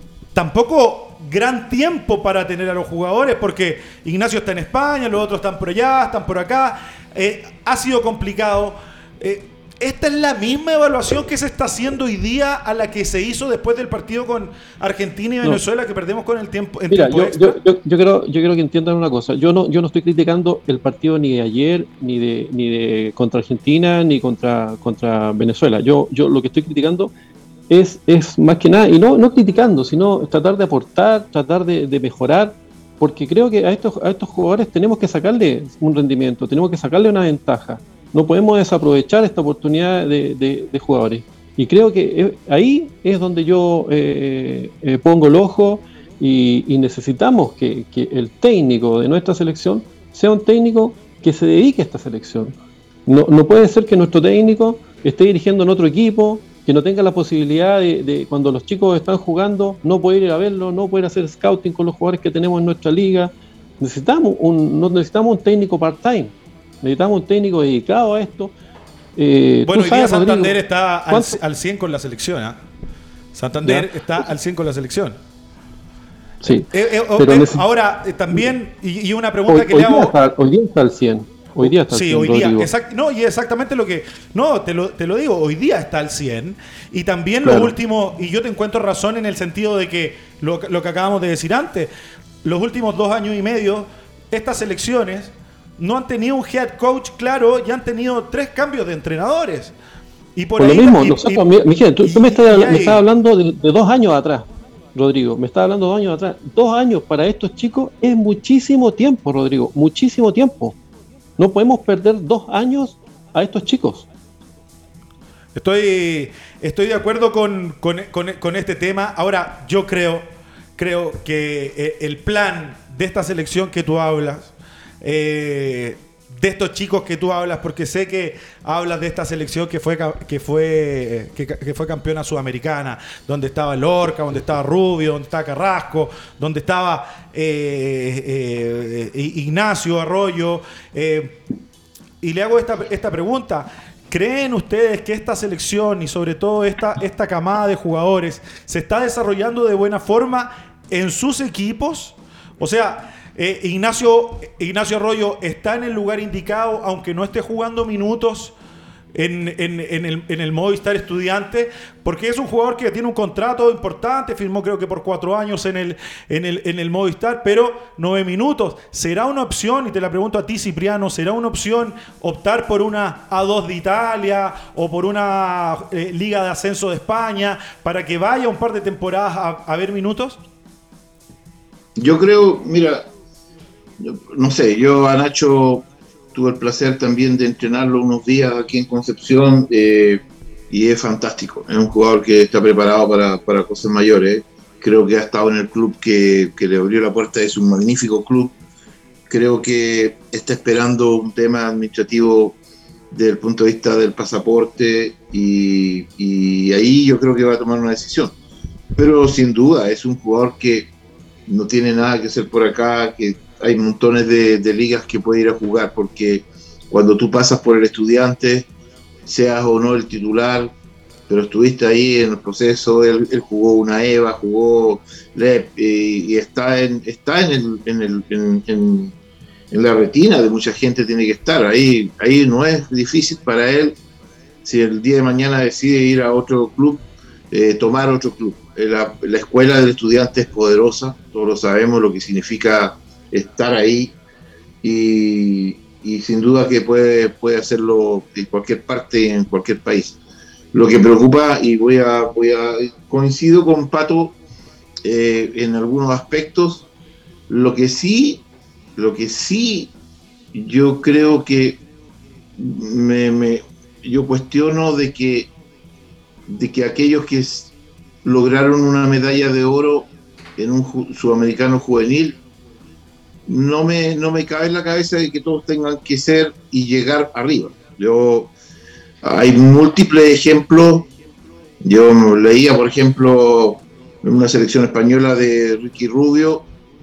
tampoco gran tiempo para tener a los jugadores, porque Ignacio está en España, los otros están por allá, están por acá, eh, ha sido complicado. Eh, esta es la misma evaluación que se está haciendo hoy día a la que se hizo después del partido con Argentina y Venezuela, no. que perdemos con el tiempo, en
Mira,
tiempo
yo,
extra.
Yo, yo, yo, quiero, yo quiero que entiendan una cosa. Yo no, yo no estoy criticando el partido ni de ayer, ni de, ni de contra Argentina, ni contra, contra Venezuela. Yo, yo lo que estoy criticando es, es más que nada, y no, no criticando, sino tratar de aportar, tratar de, de mejorar, porque creo que a estos, a estos jugadores tenemos que sacarle un rendimiento, tenemos que sacarle una ventaja. No podemos desaprovechar esta oportunidad de, de, de jugadores. Y creo que ahí es donde yo eh, eh, pongo el ojo y, y necesitamos que, que el técnico de nuestra selección sea un técnico que se dedique a esta selección. No, no puede ser que nuestro técnico esté dirigiendo en otro equipo, que no tenga la posibilidad de, de cuando los chicos están jugando, no poder ir a verlo, no poder hacer scouting con los jugadores que tenemos en nuestra liga. Necesitamos un, no necesitamos un técnico part-time. Necesitamos un técnico dedicado a esto. Eh,
bueno, hoy día Santander
Rodrigo,
está al, al cien con la selección. ¿eh? Santander ¿Ya? está al cien con la selección.
Sí.
Eh, eh,
pero
eh,
neces-
ahora, eh, también, y, y una pregunta
hoy,
que
hoy
le hago...
Está, hoy día está al cien. Hoy día está al
sí,
cien,
hoy día. Exact, no, y exactamente lo que... No, te lo, te lo digo, hoy día está al cien. Y también claro. Lo último, y yo te encuentro razón en el sentido de que lo, lo que acabamos de decir antes, los últimos dos años y medio, estas selecciones no han tenido un head coach claro y han tenido tres cambios de entrenadores. Y por,
por
ahí,
lo mismo,
y,
nosotros,
y,
Miguel, tú,
y,
tú me, estás,
y
me estás hablando de, de dos años atrás, Rodrigo, me estás hablando de dos años atrás. Dos años para estos chicos es muchísimo tiempo, Rodrigo, muchísimo tiempo. No podemos perder dos años a estos chicos.
Estoy, estoy de acuerdo con, con, con, con este tema. Ahora, yo creo, creo que el plan de esta selección que tú hablas, eh, de estos chicos que tú hablas, porque sé que hablas de esta selección que fue que fue que, que fue campeona sudamericana, donde estaba Lorca, donde estaba Rubio, donde estaba Carrasco, donde estaba eh, eh, Ignacio Arroyo, eh, y le hago esta, esta pregunta. ¿Creen ustedes que esta selección y sobre todo esta, esta camada de jugadores se está desarrollando de buena forma en sus equipos? O sea, eh, Ignacio, Ignacio Arroyo está en el lugar indicado, aunque no esté jugando minutos en, en, en, el, en el Movistar Estudiantes, porque es un jugador que tiene un contrato importante, firmó creo que por cuatro años en el, en el, en el Movistar, pero nueve minutos. ¿Será una opción, y te la pregunto a ti, Cipriano, será una opción optar por una A dos de Italia o por una eh, Liga de Ascenso de España para que vaya un par de temporadas a, a ver minutos?
Yo creo, mira, no sé, yo a Nacho tuve el placer también de entrenarlo unos días aquí en Concepción, eh, y es fantástico. Es un jugador que está preparado para, para cosas mayores. Creo que ha estado en el club que, que le abrió la puerta, es un magnífico club. Creo que está esperando un tema administrativo desde el punto de vista del pasaporte, y, y ahí yo creo que va a tomar una decisión. Pero sin duda es un jugador que no tiene nada que hacer por acá, que hay montones de, de ligas que puede ir a jugar, porque cuando tú pasas por el Estudiante, seas o no el titular, pero estuviste ahí en el proceso, él, él jugó una EVA, jugó L E P, eh, y está en está en, el, en, el, en, en, en la retina de mucha gente, tiene que estar ahí. Ahí no es difícil para él, si el día de mañana decide ir a otro club, eh, tomar otro club. La, la escuela del Estudiante es poderosa, todos lo sabemos lo que significa estar ahí, y, y sin duda que puede, puede hacerlo en cualquier parte, en cualquier país. Lo que preocupa, y voy a, voy a coincido con Pato eh, en algunos aspectos, lo que sí, lo que sí yo creo que me, me yo cuestiono de que de que aquellos que lograron una medalla de oro en un ju- sudamericano juvenil, no me, no me cabe en la cabeza de que todos tengan que ser y llegar arriba. Yo, hay múltiples ejemplos. Yo leía, por ejemplo, en una selección española de Ricky Rubio,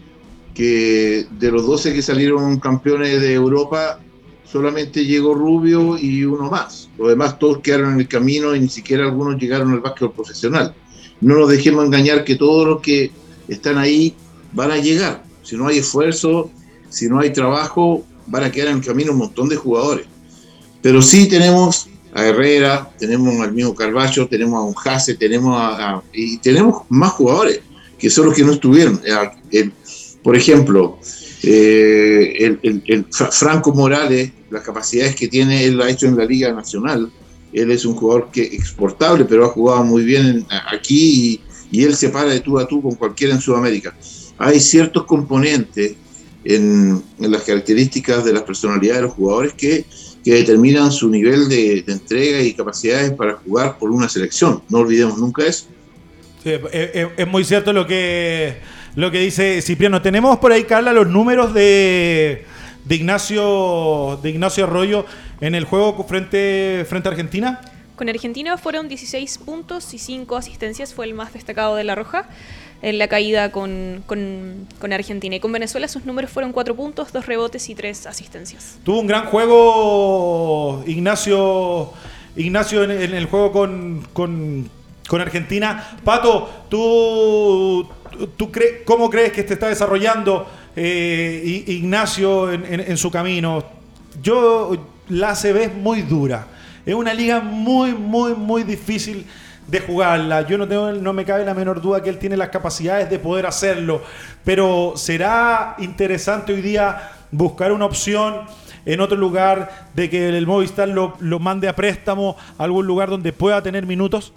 que de los doce que salieron campeones de Europa, solamente llegó Rubio y uno más. Los demás todos quedaron en el camino, y ni siquiera algunos llegaron al básquetbol profesional. No nos dejemos engañar que todos los que están ahí van a llegar. Si no hay esfuerzo, si no hay trabajo, van a quedar en el camino un montón de jugadores. Pero sí tenemos a Herrera, tenemos al mismo Carballo, tenemos a Unjase, tenemos a, a, y tenemos más jugadores que son los que no estuvieron. El, el, por ejemplo, eh, el, el, el Franco Morales, las capacidades que tiene, él lo ha hecho en la Liga Nacional. Él es un jugador que exportable, pero ha jugado muy bien en, aquí, y, y él se para de tú a tú con cualquiera en Sudamérica. Hay ciertos componentes en, en las características de las personalidades de los jugadores que, que determinan su nivel de, de entrega y capacidades para jugar por una selección. No olvidemos nunca eso.
Sí, es, es muy cierto lo que, lo que dice Cipriano. Tenemos por ahí, Carla, los números de, de, Ignacio, de Ignacio Arroyo en el juego frente, frente a Argentina.
Con Argentina fueron dieciséis puntos y cinco asistencias, fue el más destacado de La Roja en la caída con, con, con Argentina. Y con Venezuela sus números fueron cuatro puntos, dos rebotes y tres asistencias.
Tuvo un gran juego Ignacio, Ignacio en, en el juego con, con, con Argentina. Pato, ¿tú, tú cre- cómo crees que te está desarrollando eh, Ignacio en, en, en su camino? Yo, la A C B es muy dura. Es una liga muy, muy, muy difícil de jugarla. Yo no tengo, no me cabe la menor duda que él tiene las capacidades de poder hacerlo, pero será interesante hoy día buscar una opción en otro lugar, de que el Movistar lo, lo mande a préstamo a algún lugar donde pueda tener minutos.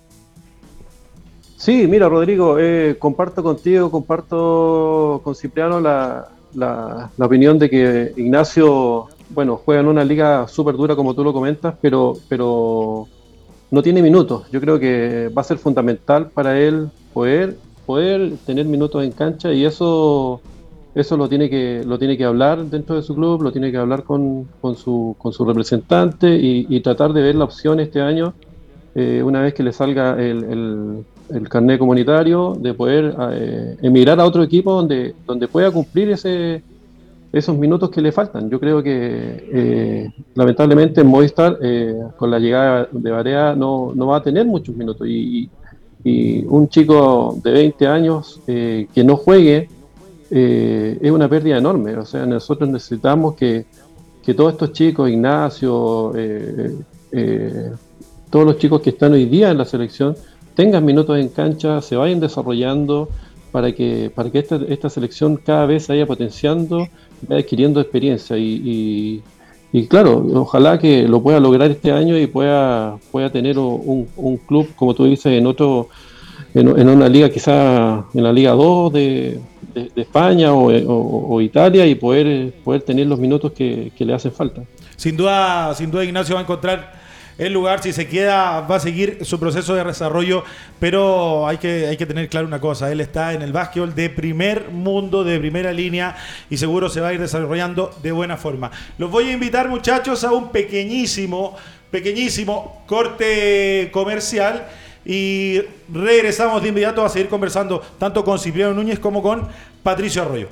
Sí, mira, Rodrigo, eh, comparto contigo, comparto con Cipriano la, la, la opinión de que Ignacio, bueno, juega en una liga súper dura, como tú lo comentas, pero, pero no tiene minutos. Yo creo que va a ser fundamental para él poder, poder tener minutos en cancha, y eso, eso lo tiene que, lo tiene que hablar dentro de su club, lo tiene que hablar con, con, su, con su representante, y, y tratar de ver la opción este año, eh, una vez que le salga el, el, el carnet comunitario, de poder eh, emigrar a otro equipo donde, donde pueda cumplir ese esos minutos que le faltan. Yo creo que eh, lamentablemente en Movistar, eh, con la llegada de Barea, no, no va a tener muchos minutos, y, y un chico de veinte años eh, que no juegue eh, es una pérdida enorme. O sea, nosotros necesitamos que, que todos estos chicos, Ignacio, eh, eh, todos los chicos que están hoy día en la selección, tengan minutos en cancha, se vayan desarrollando para que, para que esta, esta selección cada vez se vaya potenciando, vaya adquiriendo experiencia y, y, y claro, ojalá que lo pueda lograr este año y pueda, pueda tener un, un club, como tú dices, en otro, en, en una liga, quizá en la Liga dos de, de, de España o, o, o Italia, y poder, poder tener los minutos que, que le hacen falta.
Sin duda, sin duda Ignacio va a encontrar el lugar. Si se queda, va a seguir su proceso de desarrollo, pero hay que, hay que tener claro una cosa: él está en el básquetbol de primer mundo, de primera línea, y seguro se va a ir desarrollando de buena forma. Los voy a invitar, muchachos, a un pequeñísimo, pequeñísimo corte comercial y regresamos de inmediato a seguir conversando tanto con Cipriano Núñez como con Patricio Arroyo.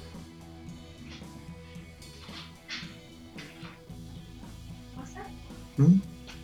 ¿Mm?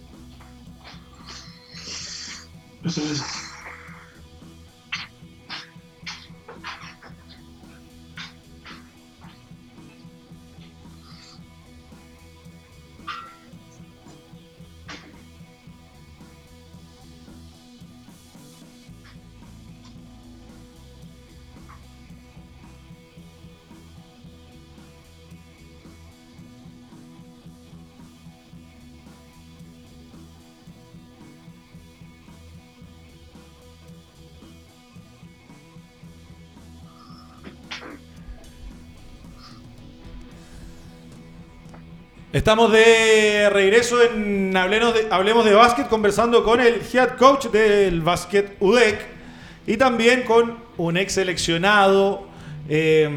Estamos de regreso en Hablemos de, Hablemos de Básquet, conversando con el head coach del Básquet U D E C y también con un ex seleccionado, eh,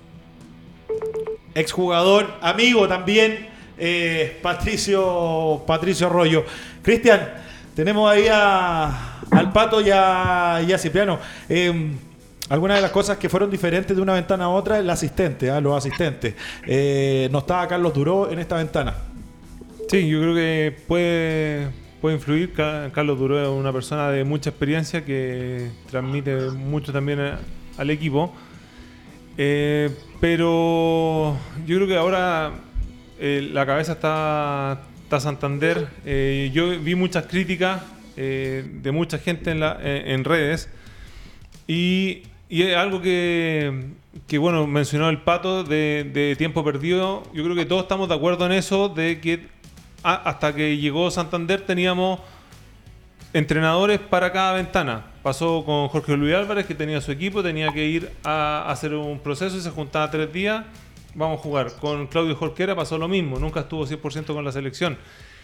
exjugador, amigo también, eh, Patricio, Patricio Arroyo. Cristian, tenemos ahí a, al Pato y a, y a Cipriano. Eh, Algunas de las cosas que fueron diferentes de una ventana a otra, el asistente, ¿eh? los asistentes. Eh, no estaba Carlos Duró en esta ventana.
Sí, yo creo que puede, puede influir. Carlos Duró es una persona de mucha experiencia que transmite mucho también a, al equipo. Eh, pero yo creo que ahora eh, la cabeza está, está Santander. Eh, yo vi muchas críticas eh, de mucha gente en, la, en, en redes. Y... Y es algo que, que, bueno, mencionó el Pato de, de tiempo perdido. Yo creo que todos estamos de acuerdo en eso, de que a, hasta que llegó Santander teníamos entrenadores para cada ventana. Pasó con Jorge Luis Álvarez, que tenía su equipo, tenía que ir a, a hacer un proceso y se juntaba tres días, vamos a jugar. Con Claudio Jorquera pasó lo mismo, nunca estuvo cien por ciento con la selección.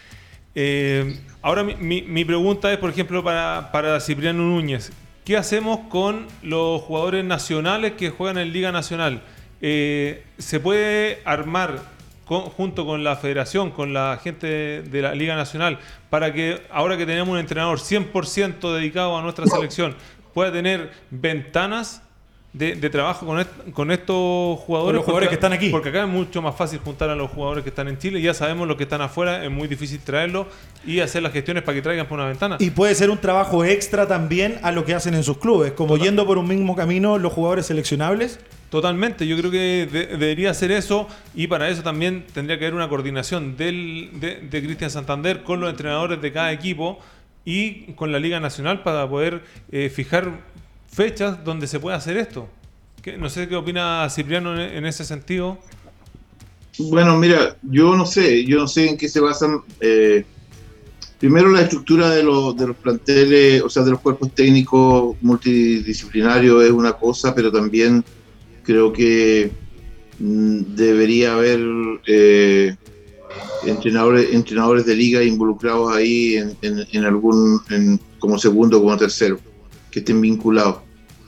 Eh, ahora mi, mi, mi pregunta es, por ejemplo, para, para Cipriano Núñez. ¿Qué hacemos con los jugadores nacionales que juegan en Liga Nacional? Eh, ¿Se puede armar con, junto con la federación, con la gente de, de la Liga Nacional, para que ahora que tenemos un entrenador cien por ciento dedicado a nuestra selección, pueda tener ventanas de, de trabajo con, est con estos jugadores?
Con los jugadores
porque,
que están aquí.
Porque acá es mucho más fácil juntar a los jugadores que están en Chile. Ya sabemos los que están afuera, es muy difícil traerlos y hacer las gestiones para que traigan por una ventana.
Y puede ser un trabajo extra también a lo que hacen en sus clubes, como Total. Yendo por un mismo camino los jugadores seleccionables.
Totalmente, yo creo que de, debería ser eso, y para eso también tendría que haber una coordinación del, de, de Cristian Santander con los entrenadores de cada equipo y con la Liga Nacional para poder eh, fijar fechas donde se pueda hacer esto. ¿Qué? No sé qué opina Cipriano en, en ese sentido.
Bueno, mira, yo no sé, yo no sé en qué se basan. Eh, primero, la estructura de los, de los planteles, o sea, de los cuerpos técnicos multidisciplinarios es una cosa, pero también creo que mmm, debería haber eh, entrenadores, entrenadores de liga involucrados ahí en, en, en algún, en, como segundo o como tercero, que estén vinculados.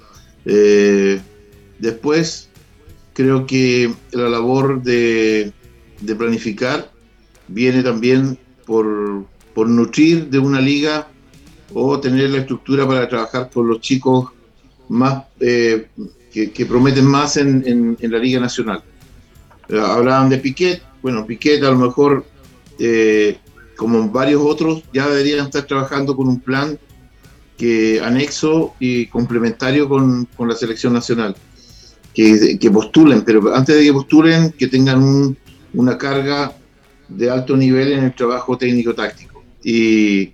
Eh, después, creo que la labor de, de planificar viene también por, por nutrir de una liga o tener la estructura para trabajar con los chicos más eh, que, que prometen más en, en, en la Liga Nacional. Eh, hablaban de Piquet. Bueno, Piquet a lo mejor, eh, como varios otros, ya deberían estar trabajando con un plan que anexo y complementario con, con la selección nacional. Que, que postulen, pero antes de que postulen, que tengan un, una carga de alto nivel en el trabajo técnico-táctico. Y,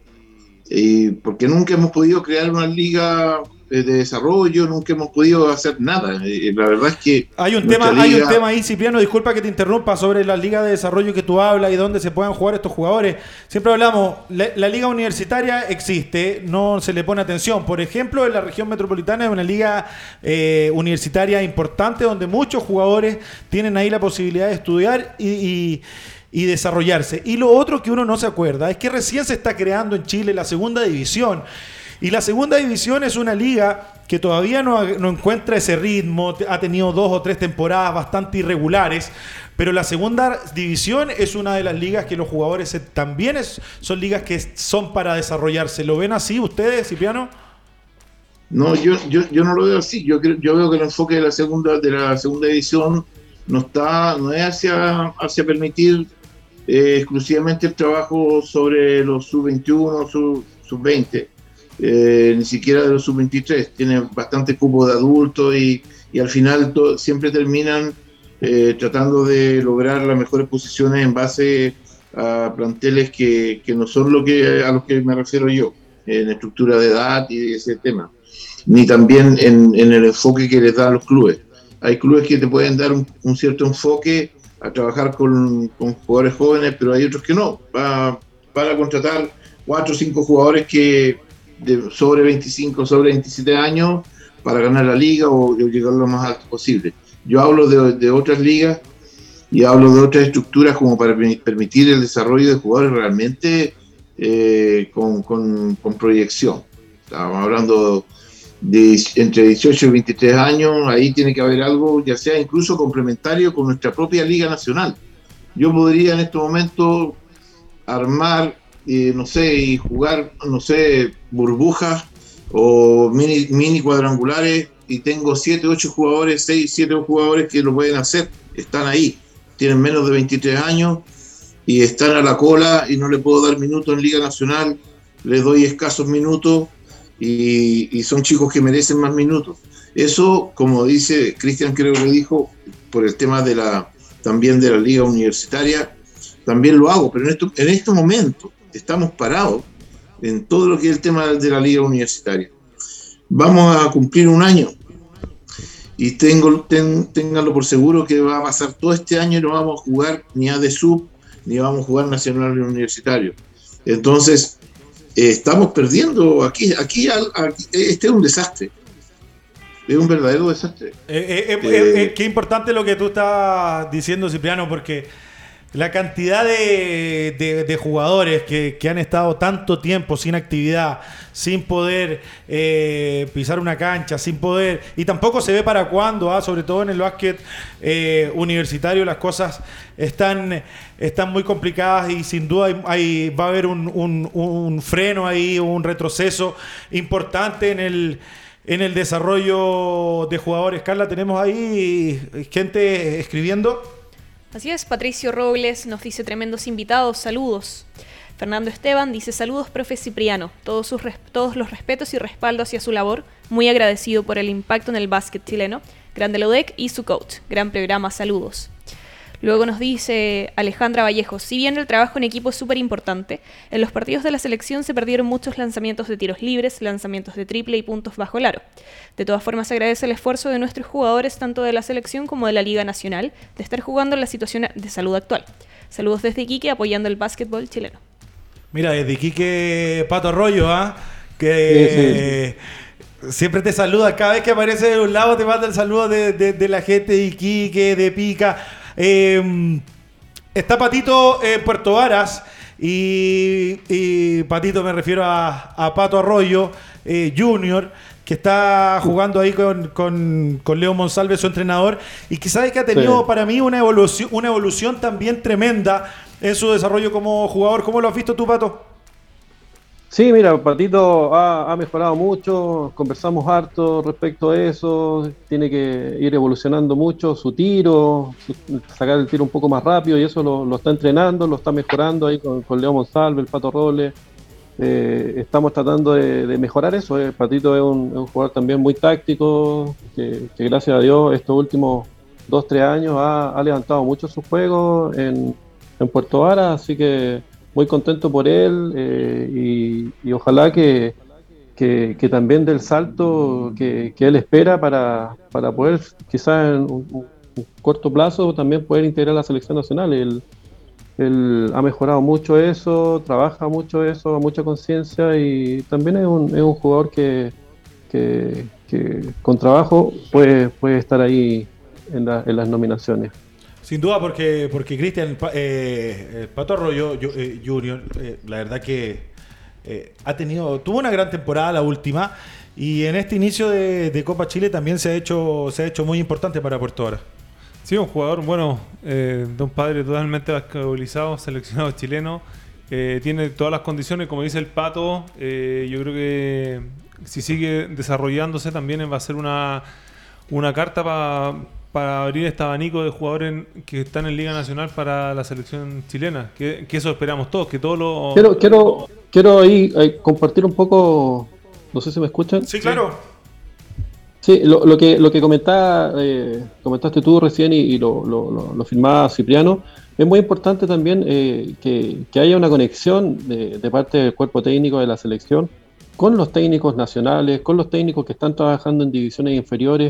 y porque nunca hemos podido crear una liga de desarrollo, nunca hemos podido hacer nada. Y la verdad es que
hay un tema,
liga...
hay un tema ahí, Cipriano, disculpa que te interrumpa, sobre la liga de desarrollo que tú hablas y dónde se puedan jugar estos jugadores. Siempre hablamos, la, la liga universitaria existe, no se le pone atención. Por ejemplo, en la región metropolitana es una liga eh, universitaria importante donde muchos jugadores tienen ahí la posibilidad de estudiar y, y y desarrollarse. Y lo otro que uno no se acuerda es que recién se está creando en Chile la segunda división. Y la segunda división es una liga que todavía no, no encuentra ese ritmo, ha tenido dos o tres temporadas bastante irregulares, pero la segunda división es una de las ligas que los jugadores se, también es, son ligas que son para desarrollarse. ¿Lo ven así ustedes, Cipriano?
No, yo, yo, yo no lo veo así. Yo, creo, yo veo que el enfoque de la segunda, de la segunda división no está, no es hacia, hacia permitir Eh, exclusivamente el trabajo sobre los sub veintiuno, sub, sub veinte, eh, ni siquiera de los sub veintitrés. Tienen bastante cupo de adultos y, y al final to, siempre terminan eh, tratando de lograr las mejores posiciones en base a planteles que, que no son lo que, a los que me refiero yo, en estructura de edad y ese tema, ni también en, en el enfoque que les dan los clubes. Hay clubes que te pueden dar un, un cierto enfoque a trabajar con, con jugadores jóvenes, pero hay otros que no. Va, van a contratar cuatro o cinco jugadores que de sobre veinticinco, sobre veintisiete años para ganar la liga o, o llegar lo más alto posible. Yo hablo de, de otras ligas y hablo de otras estructuras como para permitir el desarrollo de jugadores realmente eh, con, con, con proyección. Estamos hablando de entre dieciocho y veintitrés años, ahí tiene que haber algo, ya sea incluso complementario con nuestra propia liga nacional. Yo podría en este momento armar, eh, no sé, y jugar, no sé, burbujas o mini, mini cuadrangulares, y tengo siete, ocho jugadores, seis, siete jugadores que lo pueden hacer, están ahí, tienen menos de veintitrés años y están a la cola y no le puedo dar minutos en Liga Nacional, les doy escasos minutos. Y, y son chicos que merecen más minutos. Eso, como dice Cristian, creo que dijo, por el tema de la también de la liga universitaria, también lo hago, pero en, esto, en este momento estamos parados en todo lo que es el tema de la liga universitaria. Vamos a cumplir un año y tengo, ten, ténganlo por seguro que va a pasar todo este año y no vamos a jugar ni A D Sub ni vamos a jugar nacional universitario. Entonces Eh, estamos perdiendo aquí, aquí, aquí, este es un desastre, es un verdadero desastre.
Eh, eh, eh, eh, qué importante lo que tú estás diciendo, Cipriano, porque la cantidad de, de, de jugadores que, que han estado tanto tiempo sin actividad, sin poder eh, pisar una cancha, sin poder, y tampoco se ve para cuándo, ¿ah? Sobre todo en el básquet eh, universitario las cosas están, están muy complicadas y sin duda hay, hay, va a haber un, un, un freno ahí, un retroceso importante en el, en el desarrollo de jugadores. Carla, tenemos ahí gente escribiendo.
Así es, Patricio Robles nos dice tremendos invitados, saludos. Fernando Esteban dice saludos, profe Cipriano, todos, sus res- todos los respetos y respaldo hacia su labor, muy agradecido por el impacto en el básquet chileno, grande la U D E C y su coach, gran programa, saludos. Luego nos dice Alejandra Vallejo, si bien el trabajo en equipo es súper importante, en los partidos de la selección se perdieron muchos lanzamientos de tiros libres, lanzamientos de triple y puntos bajo el aro. De todas formas, se agradece el esfuerzo de nuestros jugadores, tanto de la selección como de la Liga Nacional, de estar jugando en la situación de salud actual. Saludos desde Iquique, apoyando el básquetbol chileno.
Mira, desde Iquique, Pato Arroyo, ¿ah? ¿eh? Que... Sí, sí. Siempre te saluda, cada vez que aparece de un lado te manda el saludo de, de, de la gente de Iquique, de Pica. Eh, está Patito en Puerto Varas y, y Patito me refiero a, a Pato Arroyo eh, Junior, que está jugando ahí con, con, con Leo Monsalve, su entrenador, y que sabe que ha tenido sí. para mí una evolución, una evolución también tremenda en su desarrollo como jugador. ¿Cómo lo has visto tú, Pato?
Sí, mira, Patito ha, ha mejorado mucho, conversamos harto respecto a eso, tiene que ir evolucionando mucho su tiro, su, sacar el tiro un poco más rápido y eso lo, lo está entrenando, lo está mejorando ahí con, con Leo Monsalve, el Pato Robles. eh, estamos tratando de, de mejorar eso. Eh, Patito es un, es un jugador también muy táctico, que, que gracias a Dios estos últimos dos, tres años ha, ha levantado mucho su juego en, en Puerto Vara, así que muy contento por él eh, y, y ojalá que, que, que también del salto que, que él espera para, para poder quizás en un, un corto plazo también poder integrar la selección nacional. Él, él ha mejorado mucho eso, trabaja mucho eso, mucha conciencia y también es un, es un jugador que, que, que con trabajo puede, puede estar ahí en, la, en las nominaciones.
Sin duda, porque porque Cristian eh, Pato Arroyo yo, eh, Junior, eh, la verdad que eh, ha tenido, tuvo una gran temporada la última, y en este inicio de, de Copa Chile también se ha hecho se ha hecho muy importante para Puerto Vara.
Sí, un jugador, bueno, eh, de un padre totalmente basquetbolizado, seleccionado chileno, eh, tiene todas las condiciones, como dice el Pato, eh, yo creo que si sigue desarrollándose también va a ser una, una carta para para abrir este abanico de jugadores que están en Liga Nacional para la selección chilena, que, que eso esperamos todos, que todos lo...
Quiero, quiero, quiero ahí, ahí compartir un poco, no sé si me escuchan.
Sí, claro.
Sí, lo, lo que lo que comentaba, eh, comentaste tú recién y, y lo, lo, lo, lo firmaba Cipriano, es muy importante también eh, que, que haya una conexión de, de parte del cuerpo técnico de la selección con los técnicos nacionales, con los técnicos que están trabajando en divisiones inferiores,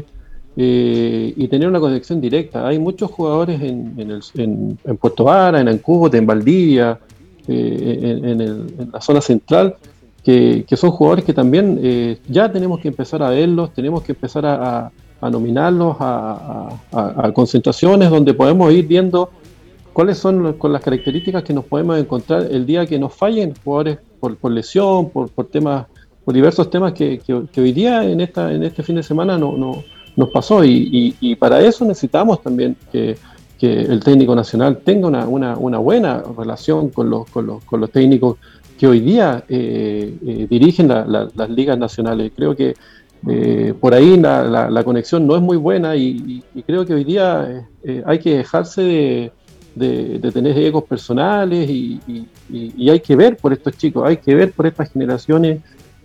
Eh, y tener una conexión directa. Hay muchos jugadores en, en, el, en, en Puerto Vara, en Ancud, en Valdivia, eh, en, en, el, en la zona central, que, que son jugadores que también eh, ya tenemos que empezar a verlos, tenemos que empezar a, a, a nominarlos a, a, a concentraciones donde podemos ir viendo cuáles son los, con las características que nos podemos encontrar el día que nos fallen jugadores por, por lesión, por, por temas, por diversos temas que, que, que hoy día en esta en este fin de semana no, no nos pasó, y, y, y para eso necesitamos también que, que el técnico nacional tenga una, una, una buena relación con los, con, los, con los técnicos que hoy día eh, eh, dirigen la, la, las ligas nacionales. Creo que eh, por ahí la, la, la conexión no es muy buena y, y, y creo que hoy día eh, hay que dejarse de, de, de tener egos personales y, y, y hay que ver por estos chicos, hay que ver por estas generaciones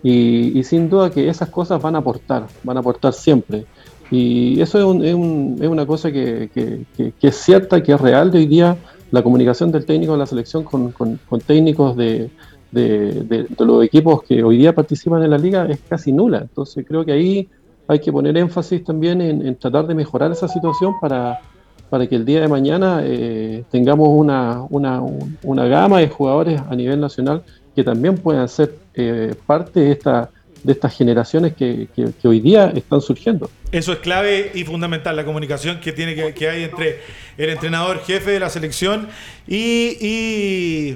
y, y sin duda que esas cosas van a aportar, van a aportar siempre. Y eso es, un, es, un, es una cosa que, que, que, que es cierta, que es real de hoy día. La comunicación del técnico de la selección con, con, con técnicos de, de, de, de los equipos que hoy día participan en la liga es casi nula. Entonces creo que ahí hay que poner énfasis también en, en tratar de mejorar esa situación para, para que el día de mañana eh, tengamos una, una, una gama de jugadores a nivel nacional que también puedan ser eh, parte de esta de estas generaciones que, que, que hoy día están surgiendo.
Eso es clave y fundamental, la comunicación que tiene que, que hay entre el entrenador jefe de la selección y, y,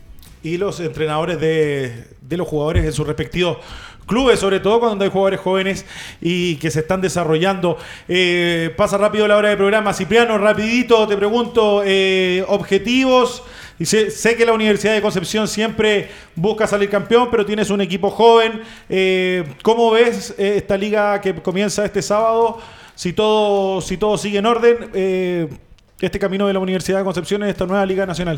y los entrenadores de, de los jugadores en sus respectivos clubes, sobre todo cuando hay jugadores jóvenes y que se están desarrollando. Eh, pasa rápido la hora de programa. Cipriano, rapidito, te pregunto, eh, objetivos. Y sé, sé que la Universidad de Concepción siempre busca salir campeón, pero tienes un equipo joven. Eh, ¿Cómo ves eh, esta liga que comienza este sábado? Si todo, si todo sigue en orden, eh, este camino de la Universidad de Concepción en esta nueva Liga Nacional.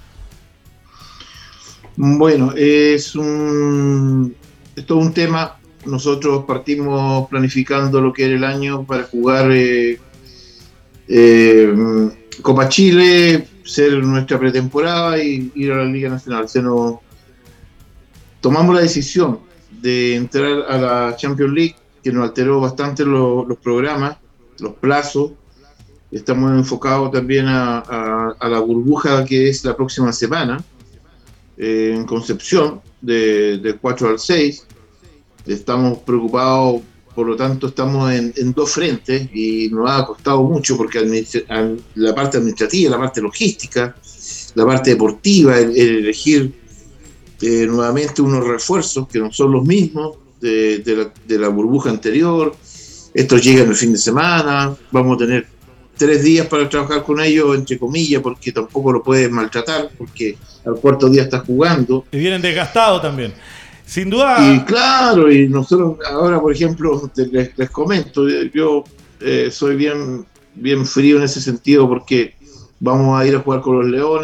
Bueno, es un, es todo un tema. Nosotros partimos planificando lo que era el año para jugar eh, eh, Copa Chile, ser nuestra pretemporada y ir a la Liga Nacional. Se nos tomamos la decisión de entrar a la Champions League, que nos alteró bastante lo, los programas, los plazos. Estamos enfocados también a, a, a la burbuja que es la próxima semana eh, en Concepción, de, del cuatro al seis. Estamos preocupados, por lo tanto estamos en, en dos frentes y nos ha costado mucho porque administra- la parte administrativa, la parte logística, la parte deportiva, el, el elegir eh, nuevamente unos refuerzos que no son los mismos de, de, la, de la burbuja anterior. Estos llegan el fin de semana, vamos a tener tres días para trabajar con ellos, entre comillas, porque tampoco lo puedes maltratar, porque al cuarto día estás jugando.
Y vienen desgastados también. Sin duda.
Y claro, y nosotros ahora, por ejemplo, les, les comento, yo eh, soy bien, bien frío en ese sentido porque vamos a ir a jugar con los Leones,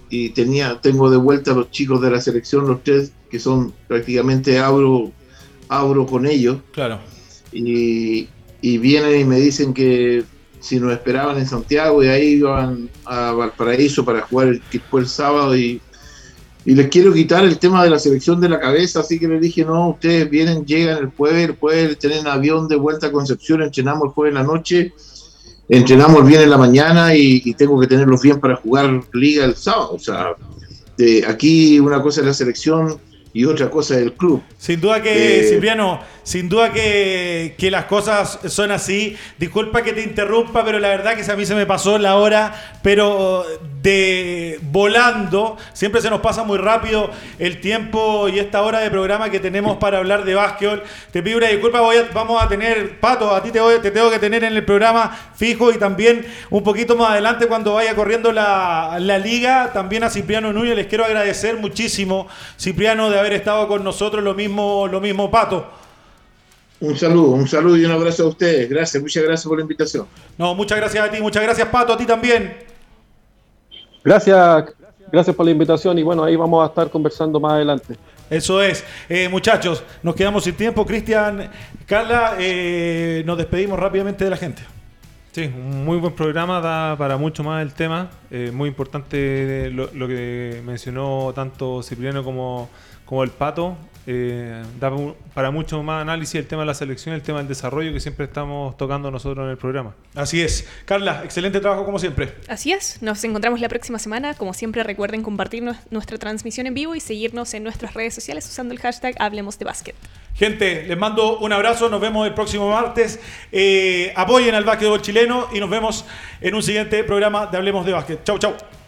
y tenía, tengo de vuelta a los chicos de la selección, los tres, que son prácticamente abro, abro con ellos.
Claro.
Y, y vienen y me dicen que si nos esperaban en Santiago y ahí iban a Valparaíso para jugar el, el sábado y, y les quiero quitar el tema de la selección de la cabeza, así que les dije, no, ustedes vienen, llegan el jueves, el jueves tienen avión de vuelta a Concepción, entrenamos el jueves en la noche, entrenamos bien en la mañana y, y tengo que tenerlos bien para jugar liga el sábado. O sea, de aquí una cosa es la selección y otra cosa es el club.
Sin duda que,
eh,
Cipriano, sin duda que, que las cosas son así. Disculpa que te interrumpa, pero la verdad que a mí se me pasó la hora, pero de volando. Siempre se nos pasa muy rápido el tiempo y esta hora de programa que tenemos para hablar de básquetbol. Te pido una disculpa, voy a, vamos a tener, Pato, a ti te, voy, te tengo que tener en el programa fijo y también un poquito más adelante cuando vaya corriendo la, la liga. También a Cipriano Núñez les quiero agradecer muchísimo, Cipriano, de haber estado con nosotros, lo mismo, lo mismo Pato.
Un saludo, un saludo y un abrazo a ustedes. Gracias, muchas gracias por la invitación.
No, muchas gracias a ti, muchas gracias Pato, a ti también.
Gracias, gracias por la invitación y bueno, ahí vamos a estar conversando más adelante.
Eso es. Eh, muchachos, nos quedamos sin tiempo. Cristian, Carla, eh, nos despedimos rápidamente de la gente.
Sí, un muy buen programa, da para mucho más el tema. Eh, muy importante lo, lo que mencionó tanto Cipriano como, como el Pato. Eh, da para mucho más análisis el tema de la selección, el tema del desarrollo que siempre estamos tocando nosotros en el programa.
Así es. Carla, excelente trabajo como siempre.
Así es, nos encontramos la próxima semana. Como siempre, recuerden compartir nuestra transmisión en vivo y seguirnos en nuestras redes sociales usando el hashtag Hablemos de Básquet.
Gente, les mando un abrazo, nos vemos el próximo martes. Eh, apoyen al básquetbol chileno y nos vemos en un siguiente programa de Hablemos de Básquet. Chau, chau.